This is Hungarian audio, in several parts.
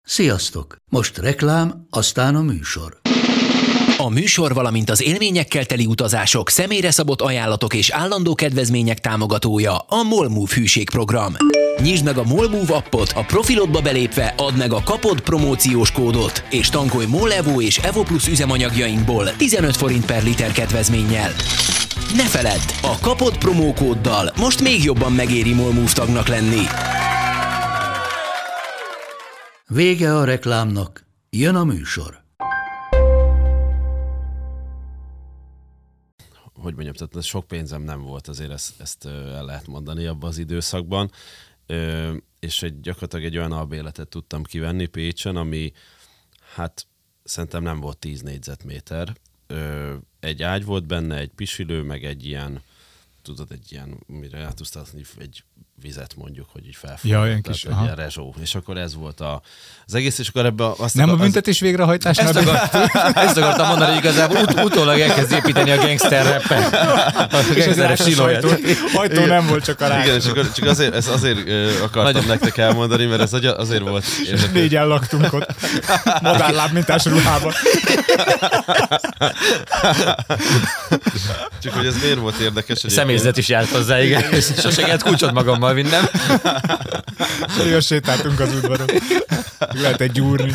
Sziasztok! Most reklám, aztán a műsor. A műsor, valamint az élményekkel teli utazások, személyre szabott ajánlatok és állandó kedvezmények támogatója a MOLMOVE hűségprogram. Nyisd meg a MOLMOVE appot, a profilodba belépve add meg a kapod promóciós kódot, és tankolj MOL Evo és Evo Plus üzemanyagjainkból 15 forint per liter kedvezménnyel. Ne feledd, a kapod promókóddal most még jobban megéri MOLMOVE tagnak lenni. Vége a reklámnak, jön a műsor. Hogy mondjam, tehát sok pénzem nem volt, azért ezt el lehet mondani abban az időszakban, és gyakorlatilag egy olyan albérletet tudtam kivenni Pécsen, ami hát szerintem nem volt 10 négyzetméter. Egy ágy volt benne, egy pisilő, meg egy ilyen, tudod, egy ilyen, mire át tudsz adni, egy vizet mondjuk, hogy így felfogja. Ja, ilyen kis, egy ilyen rezsó. És akkor ez volt az egész, és akkor ebbe nem a büntetés végrehajtásnál? Ezt akartam mondani, hogy igazából utólag elkezd építeni a gangster rappet. A gangsteres silóját. Hajtó nem volt, csak a rács. Igen, és csak azért akartam nektek elmondani, mert ez azért volt. És négyen laktunk ott. Madárlábmintás ruhában. Csak hogy ez miért volt érdekes. Személyzet is járt hozzá, igen. Sose kellett kulcsot magammal vinnem. Jól sétáltunk az udvaron. Lehetett gyúrni.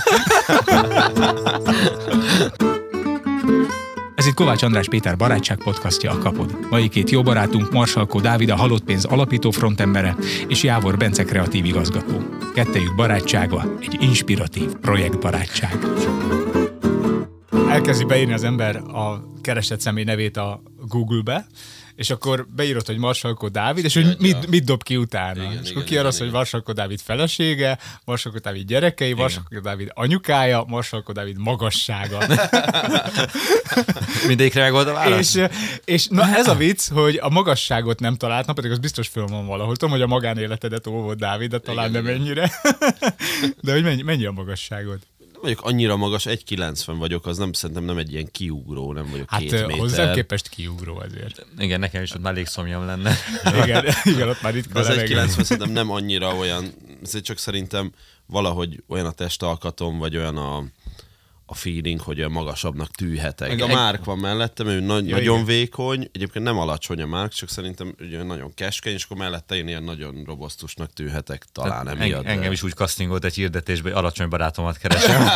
Ez itt Kovács András Péter barátság podcastja, a Kapod. Mai két jó barátunk Marsalkó Dávid, a Halott Pénz alapító frontembere, és Jávor Bence kreatív igazgató. Kettejük barátsága egy inspiratív projektbarátság. Elkezdi beírni az ember a keresett személy nevét a Google-be, és akkor beírod, hogy Marsalkó Dávid, és hogy mit dob ki utána. Igen, és akkor kiarrasz, hogy Marsalkó Dávid felesége, Marsalkó Dávid gyerekei, Marsalkó Dávid anyukája, Marsalkó Dávid magassága. Mindegyikre meg volt a válasz. És na ez a vicc, hogy a magasságot nem talált, na pedig az biztos föl van valahol. Tudom, hogy a magánéletedet óvod, Dávid, de talán nem ennyire. De hogy mennyi a magasságod? Vagyok annyira magas, 1,90 vagyok, az nem, szerintem nem egy ilyen kiugró, nem vagyok 2 méter. Hát hozzám képest kiugró azért. Igen, nekem is ott már légszomjam lenne. Igen, ott már ritka az 1,90 szerintem nem annyira olyan, ezért csak szerintem valahogy olyan a testalkatom, vagy olyan a feeling, hogy olyan magasabbnak tűhetek. Meg a Márk van mellettem, ő nagyon vékony, egyébként nem alacsony a Márk, csak szerintem ugye nagyon keskeny, és akkor mellette én ilyen nagyon robosztusnak tűhetek, talán emiatt. Engem is úgy castingolt egy hirdetésbe, hogy alacsony barátomat keresem.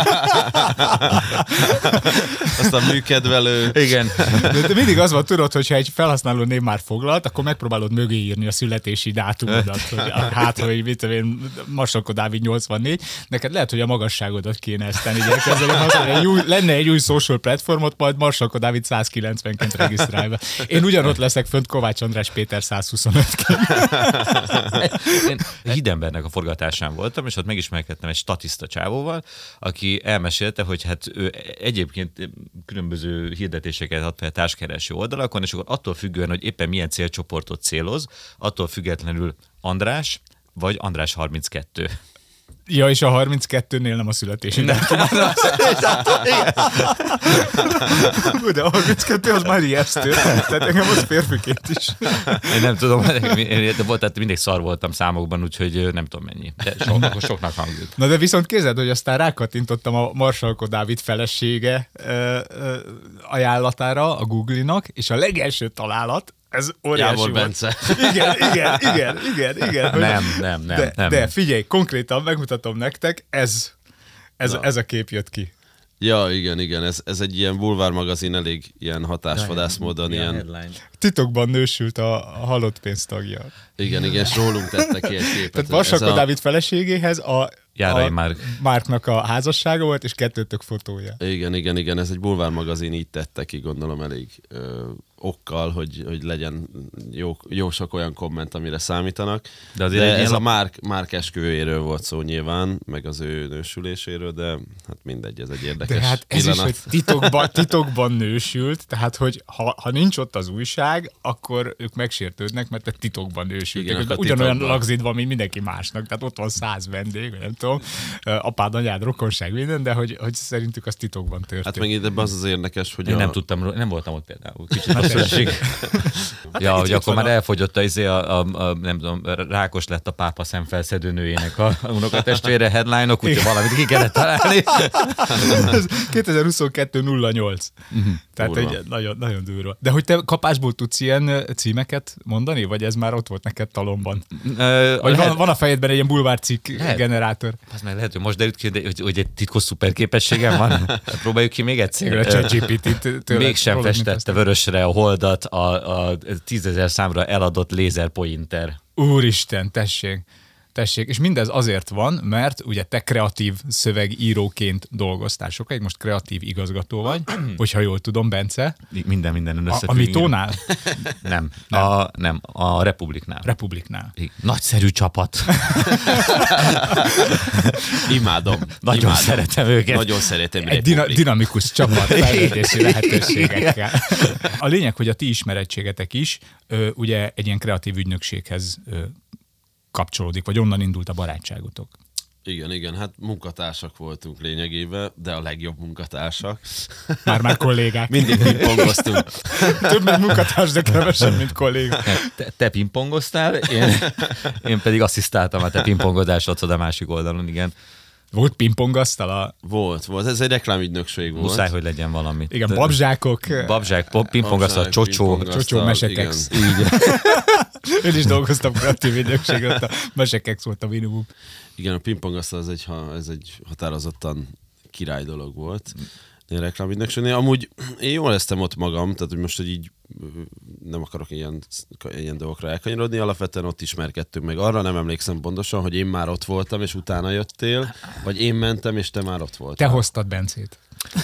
Aztán műkedvelő. Igen. De mindig az van, tudod, hogyha egy felhasználó név már foglalt, akkor megpróbálod mögé írni a születési dátumodat, hogy hát, hogy mit tudom én, Marsalkó Dávid 84, neked lehet, hogy a magasságodat kéne ezt így elkezdeni. Lenne egy új social platformot, majd Marsalkó Dávid 190-ként regisztrálva. Én ugyanott leszek fönt Kovács András Péter 125-ként. Én Hidembernek a forgatásán voltam, és ott megismerkedtem egy statiszta csávóval, aki elmesélte, hogy hát ő egyébként különböző hirdetéseket ad fel társkereső oldalakon, és akkor attól függően, hogy éppen milyen célcsoportot céloz, attól függetlenül András, vagy András 32. Ja, és a 32-nél nem a születési dátum. De a 32 az már ijesztő. Tehát engem az férfiként is. Én nem tudom, tehát mindig szar voltam számokban, úgyhogy nem tudom mennyi. De soknak hangzik. Na de viszont képzeld, hogy aztán rákattintottam a Marsalkó Dávid felesége ajánlatára a Google-nak, és a legelső találat, ez óriási Jávor volt. Bence. Igen. Nem. De figyelj, konkrétan megmutatom nektek, ez a kép jött ki. Ja, igen, ez egy ilyen bulvármagazin, elég ilyen hatásvadász módon, ilyen... Titokban nősült a Halott Pénz tagja. Igen, és rólunk tette ki egy képet. Tehát Marsalkó Dávid feleségéhez a Márknak a házassága volt, és kettőtök fotója. Igen, ez egy bulvármagazin így tette ki, gondolom elég okkal, hogy legyen jó sok olyan komment, amire számítanak. De ez a Márk esküvőjéről volt szó nyilván, meg az ő nősüléséről, de hát mindegy, ez egy érdekes de hát ez pillanat. is, hogy titokban nősült, tehát hogy ha nincs ott az újság, akkor ők megsértődnek, mert te titokban nősültek. Igen, ugyanolyan titokban. lagzid van, mint mindenki másnak, tehát ott van 100 vendég, nem tudom, apád, anyád, rokonság, minden, de hogy szerintük az titokban történt. Hát meg ebben az érdekes, hogy Én nem tudtam, nem voltam ott például. Kicsit esik. Ja, hogy akkor már a... elfogyott nem tudom, rákos lett a pápa szemfelszedő nőjének a unokatestvére headline-ok, úgyhogy valamit ki kellett találni. 2022-08. Tehát egy nagyon, nagyon durva. De hogy te kapásból tudsz ilyen címeket mondani, vagy ez már ott volt neked talomban? Vagy van a fejedben egy ilyen bulvárcikk generátor? Az meg lehet, hogy most derült ki, hogy egy titkos szuperképességem van. Próbáljuk ki még egyszer. A ChatGPT-t mégsem festette vörösre a holdat a 10 000 számra eladott lézerpointer. Úristen, tessék. És mindez azért van, mert ugye te kreatív szövegíróként dolgoztál sokáig, most kreatív igazgató vagy, hogyha jól tudom, Bence. Minden összefüggő. A Mitónál? Nem, a Republiknál. Nagyszerű csapat. Imádom. Nagyon szeretem őket. Nagyon szeretem. Egy dinamikus csapat fejlődési lehetőségekkel. A lényeg, hogy a ti ismerettségetek is ugye egy ilyen kreatív ügynökséghez kapcsolódik, vagy onnan indult a barátságotok. Igen, hát munkatársak voltunk lényegében, de a legjobb munkatársak. Már kollégák. Mindig pingpongoztunk. Több, mint munkatárs, de kevesebb, mint kollégák. Te pingpongoztál, én pedig asszisztáltam a te pingpongozásodhoz a másik oldalon, igen. Volt pingpongasztal? Volt. Ez egy reklámügynökség volt. Muszáj, hogy legyen valami. Igen, babzsákok. Babzsák, pingpongasztal, csocsó, mesekex. Így. Én is dolgoztam kreatív ügynökséget, a mesekex volt a minimum. Igen, a pingpongasztal ez egy határozottan király dolog volt. Én reklámügynökségnél. Amúgy én jól éreztem ott magam, tehát hogy most, hogy így nem akarok ilyen dolgokra elkanyarodni, alapvetően ott ismerkedtünk meg. Arra nem emlékszem pontosan, hogy én már ott voltam, és utána jöttél, vagy én mentem, és te már ott voltál. Te hoztad Bencét.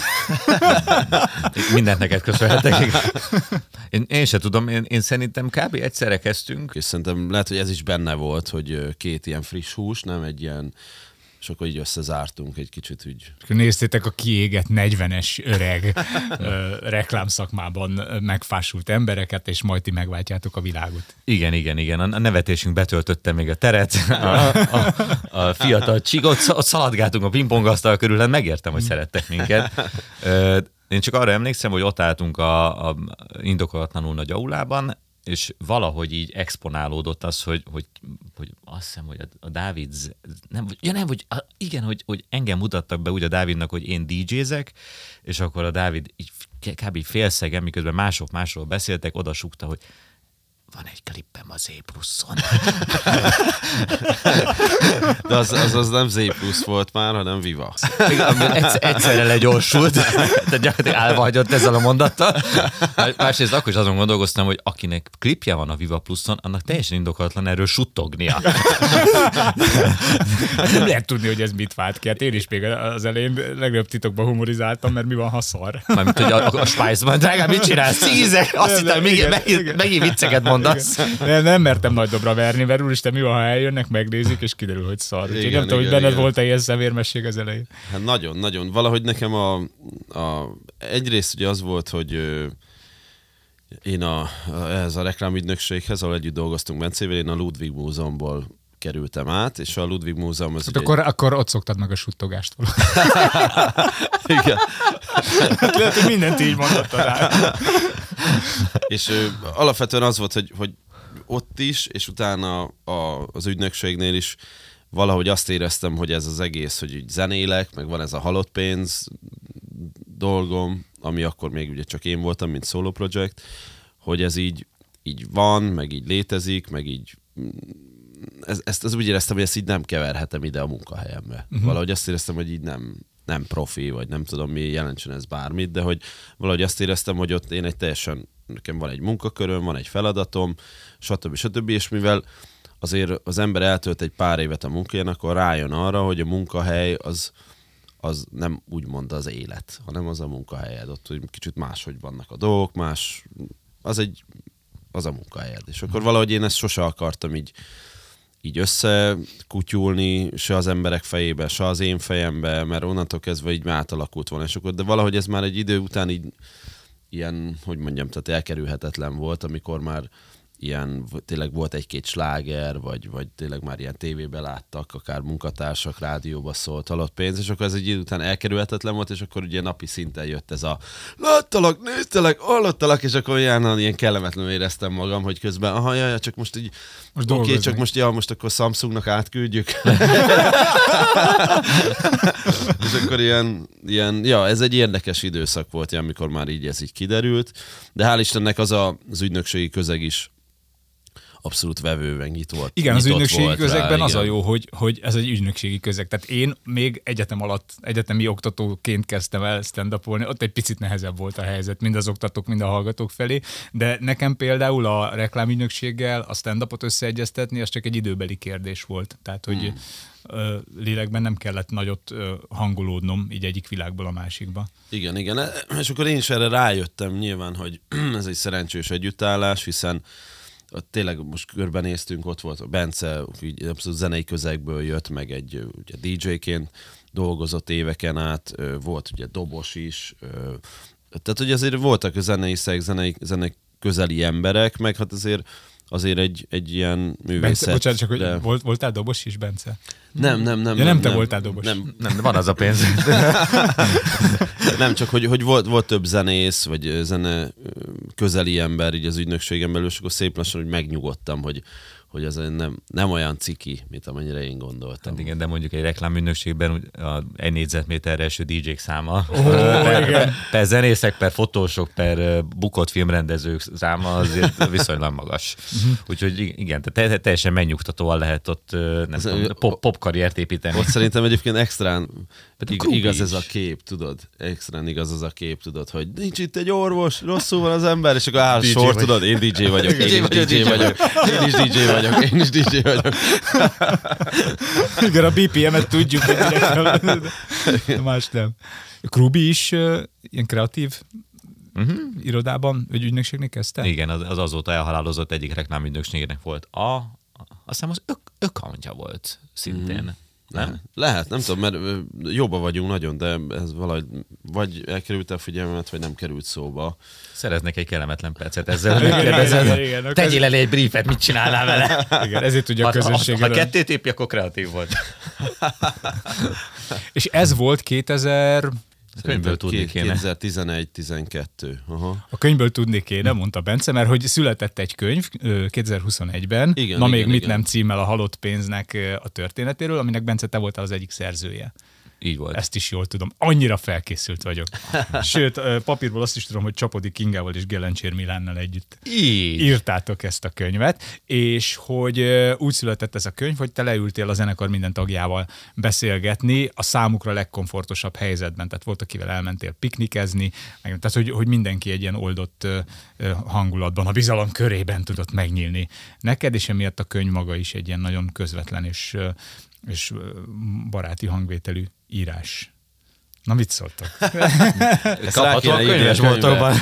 Mindent neked köszönhetek. Én se tudom, én szerintem kb. Egyszerre kezdtünk. És szerintem lehet, hogy ez is benne volt, hogy két ilyen friss hús, nem egy ilyen, és akkor így összezártunk egy kicsit úgy. Néztétek a kiégett 40-es öreg reklámszakmában megfásult embereket, és majd ti megváltjátok a világot. Igen. A nevetésünk betöltötte még a teret. A fiatal csigot, ott szaladgáltunk a pingpongasztal körül, hát megértem, hogy szerettek minket. Én csak arra emlékszem, hogy ott álltunk a indokolatlanul nagy aulában, és valahogy így exponálódott az, hogy azt hiszem, hogy a Dávid, hogy engem mutattak be úgy a Dávidnak, hogy én DJ-zek, és akkor a Dávid így kb. Félszegen, miközben mások másról beszéltek, oda sukta, hogy van egy klippem az Z+-on. De az nem Z+ volt már, hanem Viva. Egyszerre legyorsult, tehát gyakorlatilag állva hagyott ezzel a mondattal. Másrészt akkor is azon gondolkoztam, hogy akinek klipje van a Viva Pluszon, annak teljesen indokolatlan erről suttognia. Hát nem lehet tudni, hogy ez mit vált ki. Hát én is még az elején legnagyobb titokban humorizáltam, mert mi van, ha szar. Mármint, hogy a Spice-ban, drágám, mit csinálsz? Cízek! Azt hittem, megint vicceket mondasz. Nem mertem nagy dobra verni, mert úristen, mi van, ha eljönnek, megnézik, és kiderül, hogy szar. Úgyhogy nem tudom, hogy benned volt-e ilyen szemérmesség az elején. Hát nagyon. Valahogy nekem egyrészt ugye az volt, hogy én ehhez a reklámügynökséghez, ahol együtt dolgoztunk Bencével, én a Ludwig Múzeumból kerültem át, és a Ludwig Múzeum az... Hát akkor ott szoktad meg a suttogást. Igen. Hát lehet, hogy mindent így mondottad át. És alapvetően az volt, hogy ott is, és utána az ügynökségnél is valahogy azt éreztem, hogy ez az egész, hogy így zenélek, meg van ez a halott pénz dolgom, ami akkor még ugye csak én voltam, mint solo project, hogy ez így van, meg így létezik, meg így ezt úgy éreztem, hogy ezt így nem keverhetem ide a munkahelyembe. Valahogy azt éreztem, hogy így nem profi, vagy nem tudom mi jelentsen ez bármit, de hogy valahogy azt éreztem, hogy ott én nekem van egy munkaköröm, van egy feladatom, stb. És mivel azért az ember eltölt egy pár évet a munkáján, akkor rájön arra, hogy a munkahely az nem úgymond az élet, hanem az a munkahelyed. Ott hogy kicsit máshogy vannak a dolgok, az a munkahelyed. És akkor valahogy én ezt sose akartam így összekutyulni, se az emberek fejébe, se az én fejembe, mert onnantól kezdve így már átalakult volna. És akkor, de valahogy ez már egy idő után így ilyen, hogy mondjam, tehát elkerülhetetlen volt, amikor már tényleg volt egy-két sláger, vagy tényleg már ilyen tévében láttak, akár munkatársak, rádióba szólt halott pénz, és akkor ez egy idő után elkerülhetetlen volt, és akkor ugye napi szinten jött ez a láttalak, néztelek, hallottalak, és akkor ilyen kellemetlenül éreztem magam, hogy közben, jaj, csak most így, oké, csak most akkor Samsungnak átküldjük. És akkor ez egy érdekes időszak volt, amikor már így ez így kiderült, de hál' Istennek az ügynökségi közeg is abszolút vevőben nyitott. Igen, az ügynökségi közegben rá, az a jó, hogy ez egy ügynökségi közeg. Tehát én még egyetem alatt, egyetemi oktatóként kezdtem el stand-upolni, ott egy picit nehezebb volt a helyzet, mind az oktatók, mind a hallgatók felé, de nekem például a reklámügynökséggel a stand-upot összeegyeztetni, az csak egy időbeli kérdés volt. Tehát, hogy lélekben nem kellett nagyot hangolódnom így egyik világból a másikba. Igen, és akkor én is erre rájöttem nyilván, hogy ez egy szerencsés együttállás, hiszen tényleg most körbenéztünk, ott volt a Bence, így abszolút zenei közegből jött, meg egy ugye DJ-ként dolgozott éveken át, volt ugye dobos is, tehát ugye azért voltak a zenei közeli emberek, meg hát azért egy ilyen művészet. Bence, bocsánat, csak hogy voltál dobos is, Bence? Nem. Ja, nem te voltál dobos. Nem, van az a pénz. Nem, csak hogy volt több zenész, vagy zene közeli ember így az ügynökségen belül, és akkor szép lassan, hogy megnyugodtam, hogy ez nem olyan ciki, mint amennyire én gondoltam. Hát igen, de mondjuk egy reklámügynökségben egy négyzetméterre eső DJ-k száma, per zenészek, per fotósok, per bukott filmrendezők száma azért viszonylag magas. Úgyhogy igen, teljesen megnyugtatóan lehet ott popkarriert építeni. Ott szerintem egyébként extrán igaz ez a kép, tudod? Extrán igaz az a kép, tudod, hogy nincs itt egy orvos, rosszul van az ember, és akkor áll sor, tudod, én DJ vagyok, én is DJ vagyok. Igen, a BPM-et tudjuk, hogy más nem. Krubi is ilyen kreatív irodában, vagy ügynökségnek kezdte? Igen, az azóta elhalálozott egyik reklámügynökségnek volt. Azt hiszem az ökantja volt szintén. Nem? Lehet, nem tudom, mert jobban vagyunk nagyon, de ez valahogy vagy elkerült a figyelmemet, vagy nem került szóba. Szereznek egy kellemetlen percet ezzel, hogy megkérdezed. Tegyél elé egy briefet, mit csinálnál vele? Igen, ezért tudja a közönség. Ha kettőt épi, akkor kreatív volt. És ez volt 2000... Könyvből tudni kéne. 2011-12. A könyvből tudni kéne, mondta Bence, mert hogy született egy könyv 2021-ben, még mit nem címmel a halott pénznek a történetéről, aminek Bence, te voltál az egyik szerzője. Így volt. Ezt is jól tudom. Annyira felkészült vagyok. Sőt, papírból azt is tudom, hogy Csapodi Kingával és Gelencsér Milánnal együtt írtátok ezt a könyvet, és hogy úgy született ez a könyv, hogy te leültél a zenekar minden tagjával beszélgetni a számukra legkomfortosabb helyzetben. Tehát volt, akivel elmentél piknikezni, tehát hogy mindenki egy ilyen oldott hangulatban, a bizalom körében tudott megnyílni neked, és emiatt a könyv maga is egy ilyen nagyon közvetlen és baráti hangvételű írás. Na, mit szóltak? Kapható a könyves boltokban.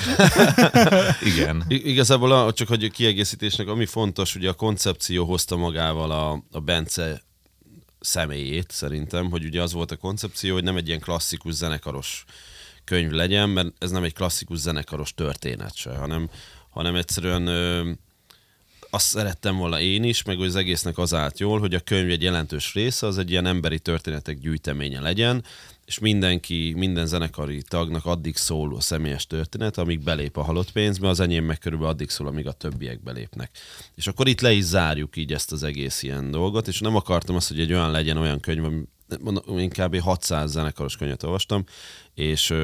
Igen. Igazából csak hogy a kiegészítésnek, ami fontos, ugye a koncepció hozta magával a Bence személyét szerintem, hogy ugye az volt a koncepció, hogy nem egy ilyen klasszikus zenekaros könyv legyen, mert ez nem egy klasszikus zenekaros történet se, hanem egyszerűen azt szerettem volna én is, meg az egésznek az állt jól, hogy a könyv egy jelentős része az egy ilyen emberi történetek gyűjteménye legyen, és minden zenekari tagnak addig szól a személyes történet, amíg belép a halott pénzbe, az enyém meg körülbelül addig szól, amíg a többiek belépnek. És akkor itt le is zárjuk így ezt az egész ilyen dolgot, és nem akartam azt, hogy egy olyan könyv, én kb. 600 zenekaros könyvet olvastam, és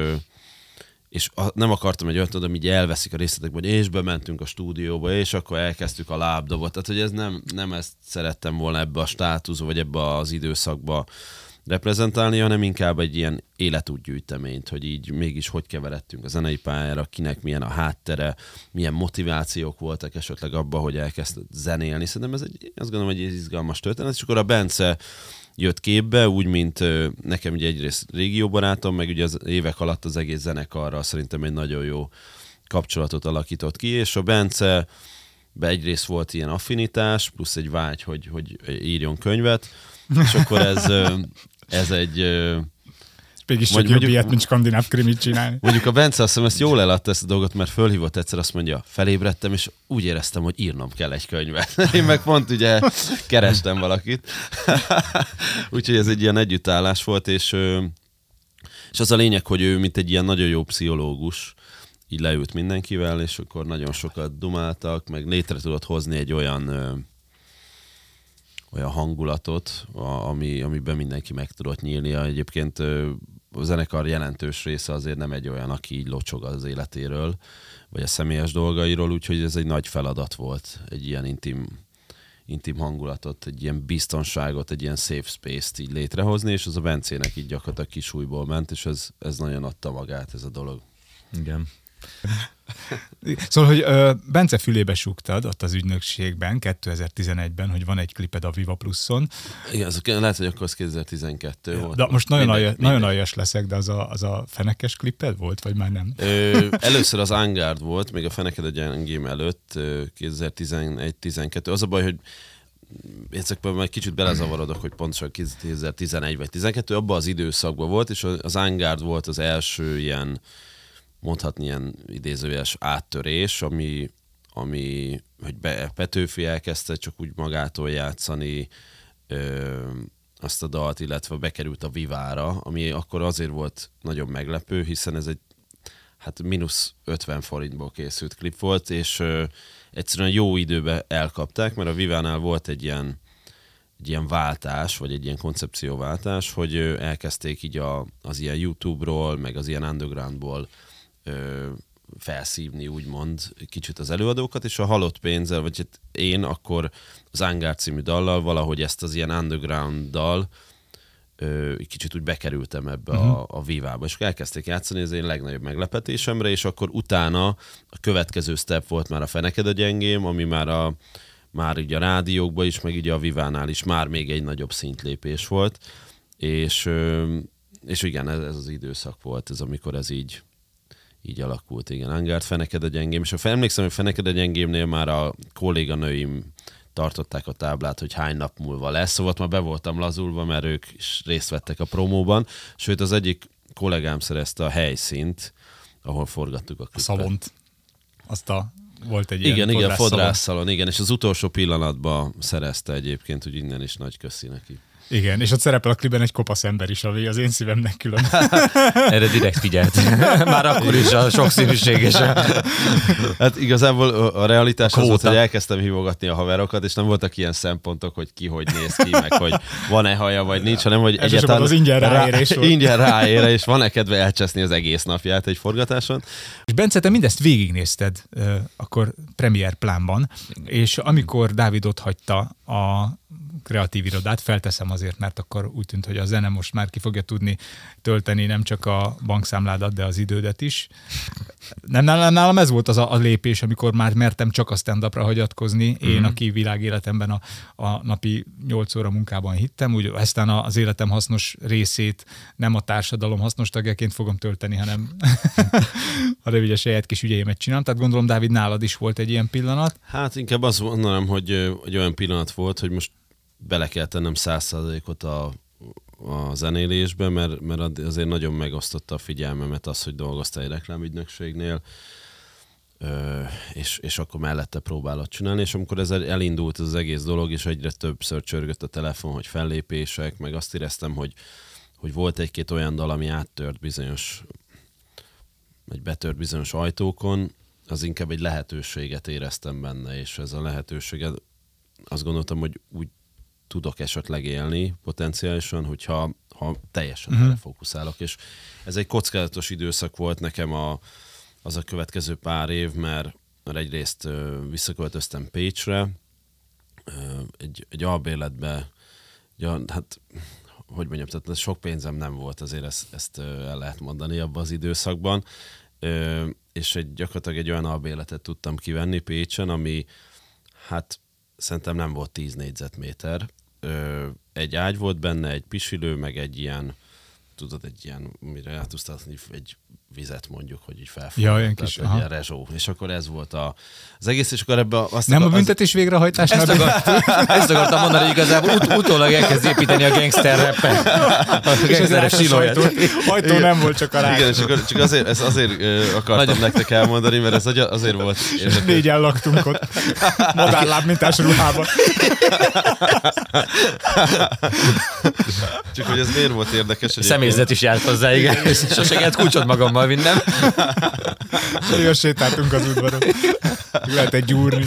nem akartam egy olyat, hogy így elveszik a részletekből, és bementünk a stúdióba, és akkor elkezdtük a lábdobot. Tehát, hogy ez nem ezt szerettem volna ebbe a státuszba, vagy ebbe az időszakba reprezentálni, hanem inkább egy ilyen életútgyűjteményt, hogy így mégis hogy keveredtünk a zenei pályára, kinek milyen a háttere, milyen motivációk voltak esetleg abba, hogy elkezdett zenélni. Szerintem ez azt gondolom, hogy egy izgalmas történet, és akkor a Bence jött képbe, úgy, mint nekem ugye egyrészt régió barátom, meg ugye az évek alatt az egész zenekarral szerintem egy nagyon jó kapcsolatot alakított ki, és a Bence egyrészt volt ilyen affinitás, plusz egy vágy, hogy írjon könyvet, és akkor ez egy mégis csak jobb ilyet, mint skandináv krimit csinálni. Mondjuk a Bence azt hiszem ezt jól eladta ezt a dolgot, mert fölhívott egyszer, azt mondja, felébredtem, és úgy éreztem, hogy írnom kell egy könyvet. Én meg pont ugye kerestem valakit. Úgyhogy ez egy ilyen együttállás volt, és az a lényeg, hogy ő, mint egy ilyen nagyon jó pszichológus, így leült mindenkivel, és akkor nagyon sokat dumáltak, meg létre tudott hozni egy olyan hangulatot, amiben mindenki meg tudott nyílni. Egyébként a zenekar jelentős része azért nem egy olyan, aki így locsog az életéről, vagy a személyes dolgairól, úgyhogy ez egy nagy feladat volt, egy ilyen intim hangulatot, egy ilyen biztonságot, egy ilyen safe space-t így létrehozni, és az a Bencének így gyakorlatilag kisújból ment, és ez nagyon adta magát, ez a dolog. Igen. Szóval, hogy Bence fülébe súgtad ott az ügynökségben 2011-ben, hogy van egy kliped a Viva Pluszon. Igen, lehet, hogy akkor az 2012 volt. De most nagyon aljas leszek, de az a fenekes kliped volt, vagy már nem? Először az Angard volt, még a Feneked a gyengém előtt, 2011-12. Az a baj, hogy ezekben majd kicsit belezavarodok, hogy pontosan 2011 vagy 12, abban az időszakban volt, és az Angard volt az első ilyen, mondhatni ilyen idézőjeles áttörés, ami hogy Petőfi elkezdte csak úgy magától játszani azt a dalt, illetve bekerült a Vivára, ami akkor azért volt nagyon meglepő, hiszen ez egy mínusz 50 forintból készült klip volt, és egyszerűen jó időben elkapták, mert a Vivánál volt egy ilyen váltás, vagy egy ilyen koncepcióváltás, hogy elkezdték így az ilyen YouTube-ról, meg az ilyen undergroundból felszívni, úgymond kicsit az előadókat, és a Halott pénzzel, vagy én akkor az Angard című dallal valahogy ezt az ilyen underground-dal kicsit úgy bekerültem ebbe a Vivába, és elkezdték játszani az én legnagyobb meglepetésemre, és akkor utána a következő step volt már a Feneked a gyengém, ami már ugye a rádiókban is, meg ugye a Vivánál is már még egy nagyobb szintlépés volt, és igen, ez az időszak volt, ez amikor ez így alakult, igen. Angard, Feneked a gyengém, és emlékszem, hogy Feneked a gyengémnél már a kolléganőim tartották a táblát, hogy hány nap múlva lesz, szóval már be voltam lazulva, mert ők is részt vettek a promóban, sőt az egyik kollégám szerezte a helyszínt, ahol forgattuk a klipet. A Szalont. Volt egy ilyen igen, fodrászszalon, igen, és az utolsó pillanatban szerezte egyébként, hogy innen is nagy köszi neki. Igen, és ott szerepel a klipben egy kopasz ember is, ami az én szívemnek külön. Erre direkt figyelt. Már akkor is a sokszínűség és Hát igazából a realitás az volt, hogy elkezdtem hívogatni a haverokat, és nem voltak ilyen szempontok, hogy ki hogy néz ki, meg hogy van-e haja, vagy nincs, hanem hogy egyáltalán az ingyen ráérés volt. Ingyen ráére, és van-e kedve elcseszni az egész napját egy forgatáson. És Bence, te mindezt végignézted akkor Premier plánban, és amikor Dávid ott hagyta a kreatív irodát, felteszem azért, mert akkor úgy tűnt, hogy a zene most már ki fogja tudni tölteni nem csak a bankszámládat, de az idődet is. Nálam ez volt az a lépés, amikor már mertem csak a stand-upra hagyatkozni. Én, aki világéletemben a napi 8 óra munkában hittem, úgy aztán az életem hasznos részét nem a társadalom hasznos tagjaként fogom tölteni, hanem ugye a saját kis ügyeimet csinálom. Tehát gondolom, Dávid, nálad is volt egy ilyen pillanat. Hát inkább azt mondanám, hogy olyan pillanat volt, hogy most bele kell tennem 100%-ot a zenélésbe, mert azért nagyon megosztotta a figyelmemet az, hogy dolgoztál egy reklámügynökségnél, és akkor mellette próbálod csinálni, és amikor ez elindult az egész dolog, és egyre többször csörgött a telefon, hogy fellépések, meg azt éreztem, hogy volt egy-két olyan dal, ami betört bizonyos ajtókon, az inkább egy lehetőséget éreztem benne, és ez a lehetőséget azt gondoltam, hogy úgy tudok esetleg élni potenciálisan, hogyha teljesen erre fókuszálok. És ez egy kockázatos időszak volt nekem az a következő pár év, mert egyrészt visszaköltöztem Pécsre, egy albérletbe, hát hogy mondjam, tehát sok pénzem nem volt, azért ezt el lehet mondani abban az időszakban, és gyakorlatilag egy olyan albérletet tudtam kivenni Pécsen, ami hát szerintem nem volt 10 négyzetméter. Egy ágy volt benne, egy pisilő, meg egy ilyen tudod, egy ilyen, mire rá tudsz tenni egy vizet mondjuk, hogy így felfogod. Ja, ilyen kis, egy ilyen rezsó. És akkor ez volt az egész, és akkor ebbe nem a büntetés végrehajtásnál. Ezt akartam mondani, hogy igazából utólag elkezd építeni a gangster rappet. A gangsteres silóját. Hajtó nem volt, csak a rács. Igen, és akkor csak azért akartam nektek elmondani, mert ez azért volt. És négyen laktunk ott. Madárlábmintás ruhában. Csak hogy ez miért volt érdekes. Személyzet is járt hozzá, igen. És sose kellett kulcsot magammal vinnem. Jól sétáltunk az udvaron. Lehet egy gyúrni.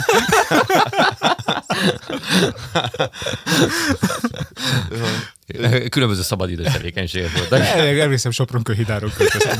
Különböző szabadidős tevékenységek voltak. Elviszem Sopron-Kőhidáron költöztünk.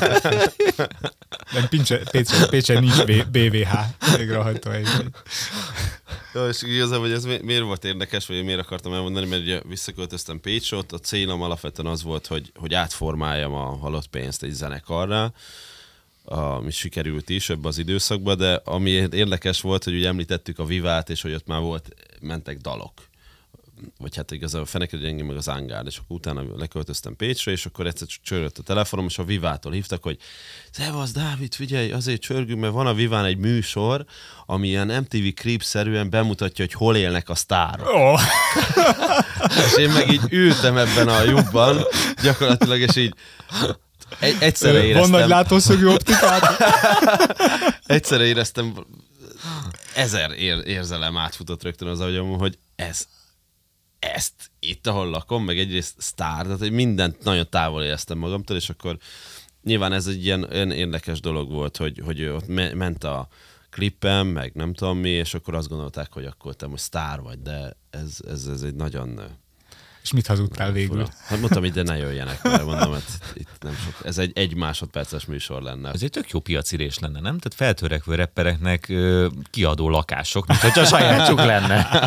Pécsen nincs BVH végrehajtó hely. Ja, és igazából, hogy ez miért volt érdekes, vagy miért akartam elmondani, mert ugye visszaköltöztem Pécsre, ott a célom alapvetően az volt, hogy átformáljam a halott pénzt egy zenekarra, ami sikerült is ebbe az időszakban, de ami érdekes volt, hogy ugye említettük a Vivát, és hogy ott már mentek dalok. Vagy hát igazából Fenekedő Gyengén meg az Angárd, és akkor utána leköltöztem Pécsre, és akkor egyszer csörgött a telefonom, és a Vivától hívtak, hogy szevasz Dávid, figyelj, azért csörgünk, mert van a Viván egy műsor, ami ilyen MTV Cribs-szerűen bemutatja, hogy hol élnek a sztárok. Oh. És én meg így ültem ebben a lyukban, gyakorlatilag, és így egyszerre éreztem... Van nagy látószögű optikát? Egyszerre éreztem 1000 érzelem átfutott rögtön az agyamon, hogy ezt itt, ahol lakom, meg egyrészt sztár, tehát hogy mindent nagyon távol éreztem magamtól, és akkor nyilván ez egy ilyen érdekes dolog volt, hogy ott ment a klippem, meg nem tudom mi, és akkor azt gondolták, hogy akkor te most sztár vagy, de ez egy nagyon... És mit hazudtál végül? Hát mondtam, hogy de ne jöjjenek, mert mondom, hogy itt nem sok. Ez egy másodperces műsor lenne. Ez egy tök jó piacirés lenne, nem? Tehát feltörekvő rappereknek kiadó lakások, mint hogyha sajátjuk lenne.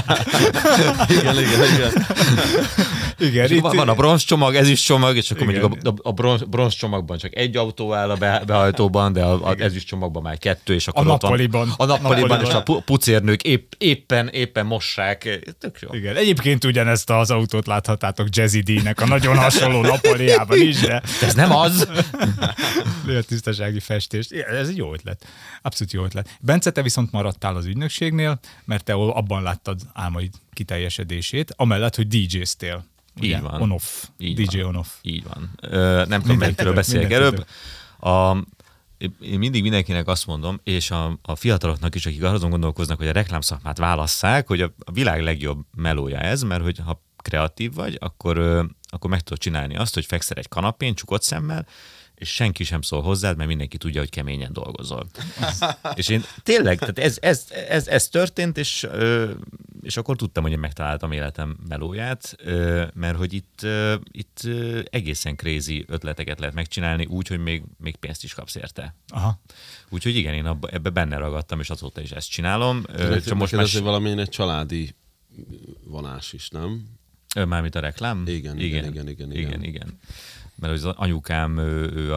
Igen. Van a bronzcsomag, ezüstcsomag, és akkor mondjuk a bronzcsomagban csak egy autó áll a behajtóban, de az ezüstcsomagban már 2, és akkor a nappaliban. És a pucérnők éppen mossák. Tök jó. Igen. Egyébként ugyanezt az autót láthatátok Jazzy D-nek a nagyon hasonló nappaliában is, de... Ez nem az! A tisztasági festés. Ez egy jó ötlet. Abszolút jó ötlet. Bence, te viszont maradtál az ügynökségnél, mert te abban láttad álmaid kiteljesedését, amellett, hogy DJ-ztél. Így van. On-off. Így DJ van. on-off. Így van. Nem tudom, melyikről beszélek előbb. Én mindig mindenkinek azt mondom, és a fiataloknak is, akik azon gondolkoznak, hogy a reklámszakmát válasszák, hogy a világ legjobb melója ez, mert hogy ha kreatív vagy, akkor meg tudod csinálni azt, hogy fekszel egy kanapén, csukott szemmel, és senki sem szól hozzád, mert mindenki tudja, hogy keményen dolgozol. És én tényleg, tehát ez történt, és akkor tudtam, hogy én megtaláltam életem melóját, mert hogy itt egészen crazy ötleteket lehet megcsinálni, úgy, hogy még pénzt is kapsz érte. Aha. Úgyhogy igen, én ebbe benne ragadtam, és azóta is ezt csinálom. Csak most azért valamilyen egy családi vonás is, nem? Mármint a reklám? Igen. Mert az anyukám, ő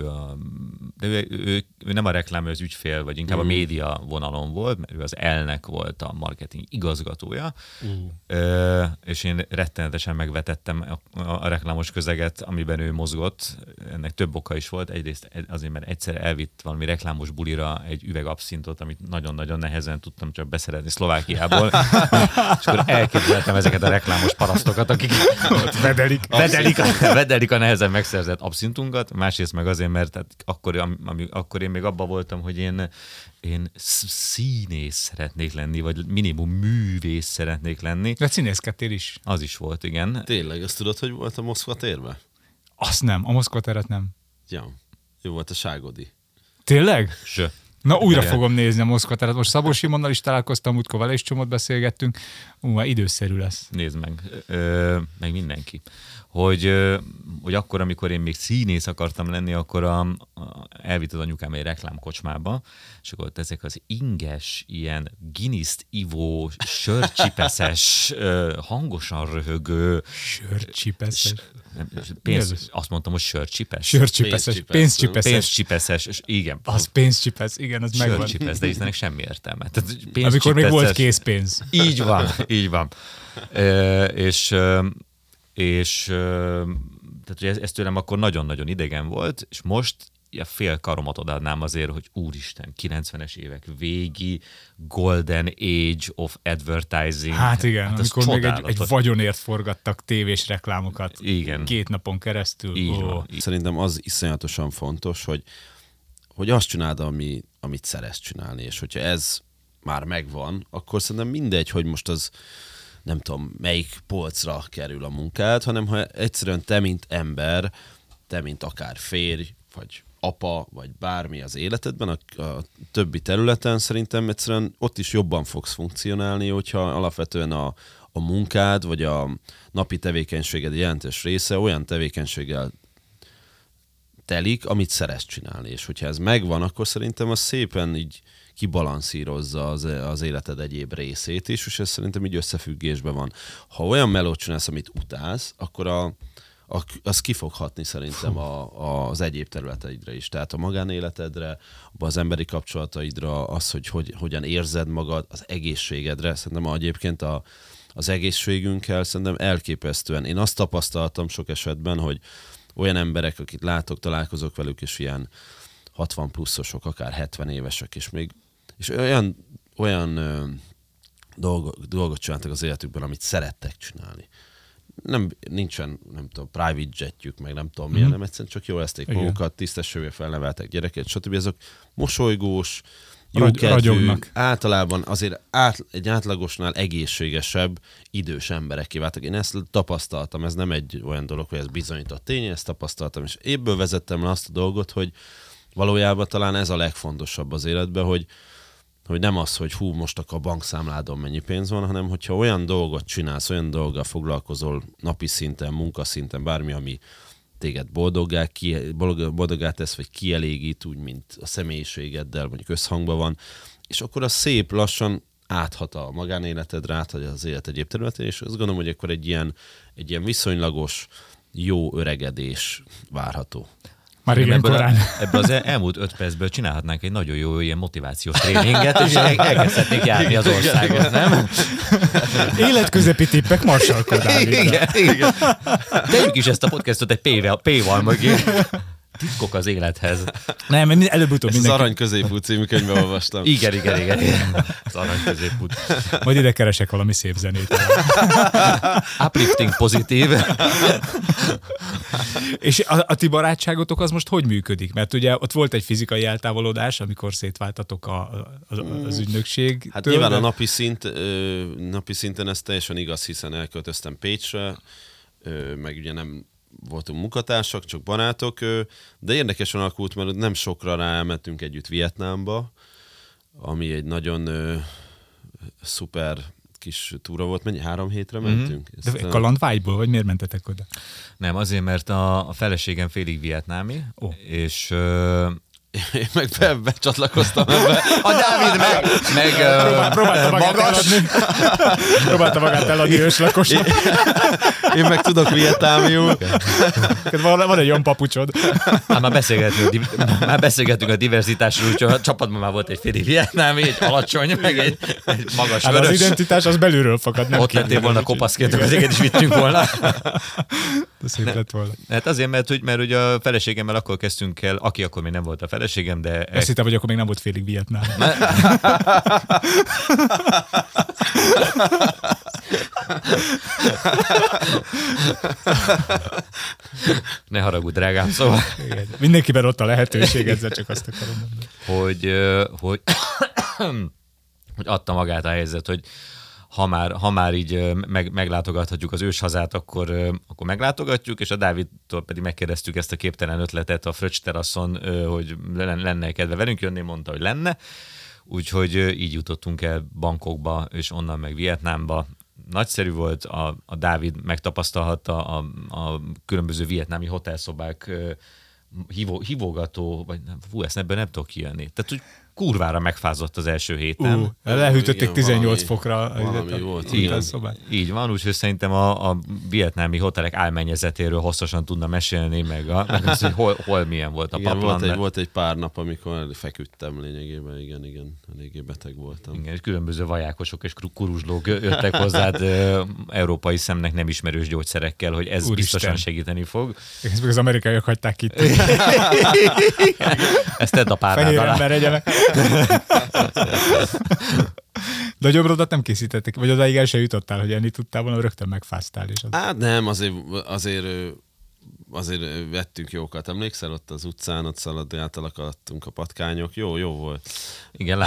nem a reklám, ő az ügyfél, vagy inkább a média vonalon volt, mert ő az elnek volt a marketing igazgatója, és én rettenetesen megvetettem a reklámos közeget, amiben ő mozgott. Ennek több oka is volt. Egyrészt azért, mert egyszer elvitt valami reklámos bulira egy üveg abszintot, amit nagyon-nagyon nehezen tudtam csak beszerezni Szlovákiából, és akkor elképzeltem ezeket a reklámos parasztokat, akik vedelik a nehezen megszerzett abszintunkat, másrészt meg azért, mert akkor én még abban voltam, hogy én színész szeretnék lenni, vagy minimum művész szeretnék lenni. De színészkedtél is. Az is volt, igen. Tényleg, azt tudod, hogy volt a Moszkva térben? Azt nem, a Moszkva teret nem. Ja, jó volt a Ságodi. Tényleg? Ső. Na, újra fogom nézni a Moszkva teret. Most Szabó Simonnal is találkoztam, múltkor vele is csomót beszélgettünk. Már időszerű lesz. Nézd meg. Meg mindenki. Hogy akkor, amikor én még színész akartam lenni, akkor elvitt az anyukám egy reklámkocsmába, és akkor ott ezek az inges, ilyen Guinness-t ivó, sörcsipeszes, hangosan röhögő... Sörcsipeszes? Azt mondtam, hogy sörcsipes. Sörcsipeszes. Pénzcsipeszes. Igen. Az pénzcsipesz, igen, az megvan. Sörcsipesz, de Istennek semmi értelme. Amikor még volt készpénz. Így van. És tehát hogy ez tőlem akkor nagyon-nagyon idegen volt, és most a fél karomat odaadnám azért, hogy úristen, 90-es évek végi golden age of advertising. Hát igen, hát amikor még egy vagyonért forgattak tévés reklámokat. Igen. 2 napon keresztül. Így van. Szerintem az iszonyatosan fontos, hogy azt csináld, amit szeretsz csinálni, és hogyha ez már megvan, akkor szerintem mindegy, hogy most az nem tudom, melyik polcra kerül a munkád, hanem ha egyszerűen te, mint ember, te, mint akár férj, vagy apa, vagy bármi az életedben, a többi területen szerintem egyszerűen ott is jobban fogsz funkcionálni, hogyha alapvetően a munkád, vagy a napi tevékenységed jelentős része olyan tevékenységgel telik, amit szeretsz csinálni. És hogyha ez megvan, akkor szerintem az szépen így kibalanszírozza az életed egyéb részét is, és ez szerintem így összefüggésben van. Ha olyan melót csinálsz, amit utálsz, akkor az ki fog hatni szerintem az egyéb területeidre is. Tehát a magánéletedre, az emberi kapcsolataidra, az, hogy hogyan érzed magad, az egészségedre. Szerintem egyébként az egészségünkkel szerintem elképesztően. Én azt tapasztaltam sok esetben, hogy olyan emberek, akik látok, találkozok velük, és ilyen 60 pluszosok, akár 70 évesek, és olyan dolgot csináltak az életükben, amit szerettek csinálni. Nincsen, nem tudom, private jetjük, meg nem tudom milyen, nem egyszerűen csak jól ezték magukat, tisztességűen felneveltek gyereket, stb. Azok mosolygós, jókedvű, általában azért egy átlagosnál egészségesebb, idős emberekké váltak. Én ezt tapasztaltam, ez nem egy olyan dolog, hogy ez bizonyított tény, ezt tapasztaltam, és ebből vezettem le azt a dolgot, hogy valójában talán ez a legfontosabb az életben, hogy nem az, hogy most akkor a bankszámládon mennyi pénz van, hanem hogyha olyan dolgot csinálsz, olyan dolggal foglalkozol napi szinten, munkaszinten, bármi, ami téged boldoggá tesz, vagy kielégít, úgy, mint a személyiségeddel, mondjuk összhangban van, és akkor az szép lassan áthat a magánéletedre, áthat az élet egyéb területén, és azt gondolom, hogy akkor egy ilyen viszonylagos, jó öregedés várható. Már igen korán. Ebből az elmúlt 5 percből csinálhatnánk egy nagyon jó ilyen motivációs tréninget, és elkezdhetnék járni az országot, nem? Életközepi tippek Marshall Dávidra. Igen. Tegyük is ezt a podcastot egy P-val mögé. Titkok az élethez. Nem, előbb-utóbb mindenki... Az Arany középút című könyvben olvastam. Igen. Az Arany középút. Majd ide keresek valami szép zenét. Uplifting pozitív. És a ti barátságotok az most hogy működik? Mert ugye ott volt egy fizikai eltávolodás, amikor szétváltatok az ügynökség. Hát nyilván a napi szinten ez teljesen igaz, hiszen elköltöztem Pécsre, meg ugye nem voltunk munkatársak, csak barátok, de érdekesen alakult, mert nem sokra rá elmentünk együtt Vietnámba, ami egy nagyon szuper kis túra volt. Mennyi? 3 hétre mentünk? De kalandvágyból, vagy miért mentetek oda? Nem, azért, mert a feleségem félig vietnámi, és... Én meg becsatlakoztam ebbe. A Dávid meg próbálta magát eladni őslakosnak. Én meg tudok vietnámiul. Van egy olyan papucsod. Hát már beszélgetünk a diverzitásról, úgyhogy a csapatban már volt egy félig vietnámi, egy alacsony, meg egy magas hát vörös. Az identitás az belülről fakad. Ott lettél volna kopaszként, akkor ezeket is vittünk volna. De szép lett volna. Hát azért, mert ugye a feleségemmel akkor kezdtünk el, aki akkor még nem volt a feleségem, de... Azt hittem, hogy akkor még nem volt félig Vietnám. Ne haragudj, drágám, szóval... Igen. Mindenkiben ott a lehetőség, ezzel csak azt akarom mondani. Hogy adta magát a helyzet, hogy ha már így meglátogathatjuk az őshazát, akkor meglátogatjuk, és a Dávidtól pedig megkérdeztük ezt a képtelen ötletet a Fröccs teraszon, hogy lenne kedve velünk jönni, mondta, hogy lenne. Úgyhogy így jutottunk el Bangkokba, és onnan meg Vietnámba. Nagyszerű volt, a Dávid megtapasztalhatta a különböző vietnámi hotelszobák hívogató, vagy ebből nem tudok kijönni. Tehát úgy kurvára megfázott az első héten. Lehűtötték igen, 18 valami- fokra. valami volt. Így van, úgyhogy szerintem a vietnámi hotelek álmennyezetéről hosszasan tudna mesélni, meg az, hogy hol milyen volt a Igen, paplan. volt egy pár nap, amikor feküdtem lényegében, igen, eléggé beteg voltam. Igen, és különböző vajákosok és kuruzslók jöttek hozzád európai szemnek nem ismerős gyógyszerekkel, hogy ez Úristen. biztosan segíteni fog. Ezt meg az amerikaiak hagyták itt. Ezt tedd a párnád Fehér alá. ember egyenek. De a gyomrodat nem készítették, vagy odáig el se jutottál, hogy enni tudtál volna, rögtön megfáztál. És az... Hát nem, azért vettünk jókat. Emlékszel, ott az utcán, ott átalakadtunk a patkányok. Jó volt. Igen,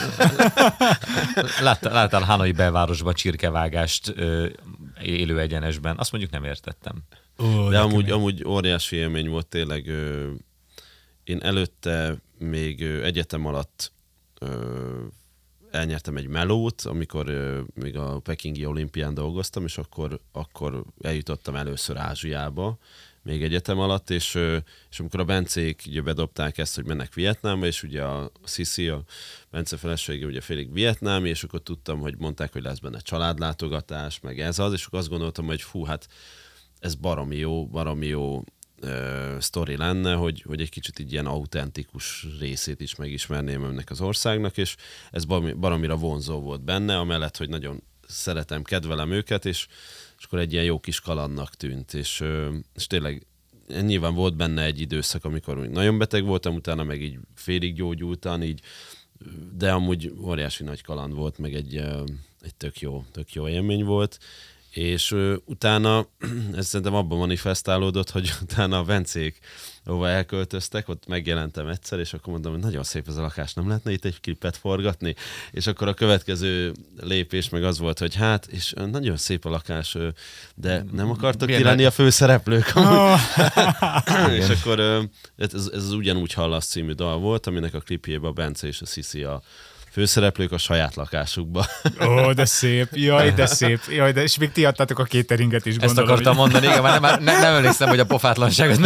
láttál Hanoi belvárosban csirkevágást élő egyenesben. Azt mondjuk nem értettem. De amúgy óriási élmény volt tényleg. Én előtte még egyetem alatt elnyertem egy melót, amikor még a pekingi olimpián dolgoztam, és akkor eljutottam először Ázsiába, még egyetem alatt, és amikor a Bencék ugye bedobták ezt, hogy mennek Vietnámba, és ugye a Sisi, a Bence felesége ugye félig vietnámi, és akkor tudtam, hogy mondták, hogy lesz benne családlátogatás, meg ez az, és akkor azt gondoltam, hogy fú, hát ez baromi jó sztori lenne, hogy egy kicsit így ilyen autentikus részét is megismerném ennek az országnak, és ez baromira vonzó volt benne, amellett, hogy nagyon szeretem, kedvelem őket, és akkor egy ilyen jó kis kalandnak tűnt, és tényleg nyilván volt benne egy időszak, amikor nagyon beteg voltam, utána meg így félig gyógyultan, így, de amúgy óriási nagy kaland volt, meg egy tök jó élmény volt, és utána ez szerintem abban manifestálódott, hogy utána a Bencék, ahova elköltöztek, ott megjelentem egyszer, és akkor mondom, hogy nagyon szép ez a lakás, nem lehetne itt egy klipet forgatni? És akkor a következő lépés meg az volt, hogy hát, és nagyon szép a lakás, de nem akartok ki lenni a főszereplők? És akkor ez az Ugyanúgy hallasz című dal volt, aminek a klipjében a Bence és a Sisi a főszereplők a saját lakásukba. Ó, de szép, jaj, de szép. Jaj, de, és még ti adtátok a cateringet is, Ezt gondolom. akartam mondani, igen, már nem emlékszem, hogy a pofátlanságot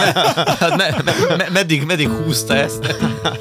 meddig húzta ezt.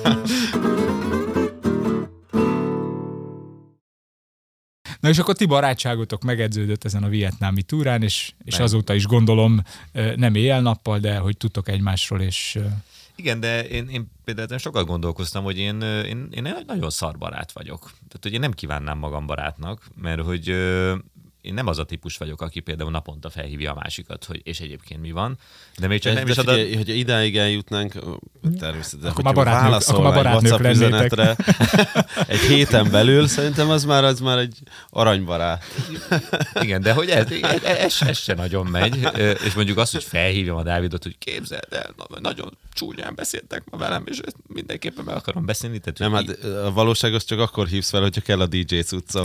Na és akkor ti barátságotok megedződött ezen a vietnámi túrán, és azóta is gondolom nem éjjel-nappal, de hogy tudtok egymásról, és... Igen, de én például sokat gondolkoztam, hogy én egy nagyon szar barát vagyok. Tehát, hogy én nem kívánnám magam barátnak, mert hogy én nem az a típus vagyok, aki például naponta felhívja a másikat, hogy és egyébként mi van. De még csak nem is oda... Hogyha idáig eljutnánk, természetesen, akkor már barátnők üzenetre egy héten belül, szerintem az már egy aranybarát. Igen, de hogy ez se nagyon megy. És mondjuk azt, hogy felhívjam a Dávidot, hogy képzeld el, nagyon csúnyán beszéltek ma velem, és mindenképpen meg akarom beszélni. Tehát, nem, hát a valóság az csak akkor hívsz fel, hogyha kell a DJ cuccom.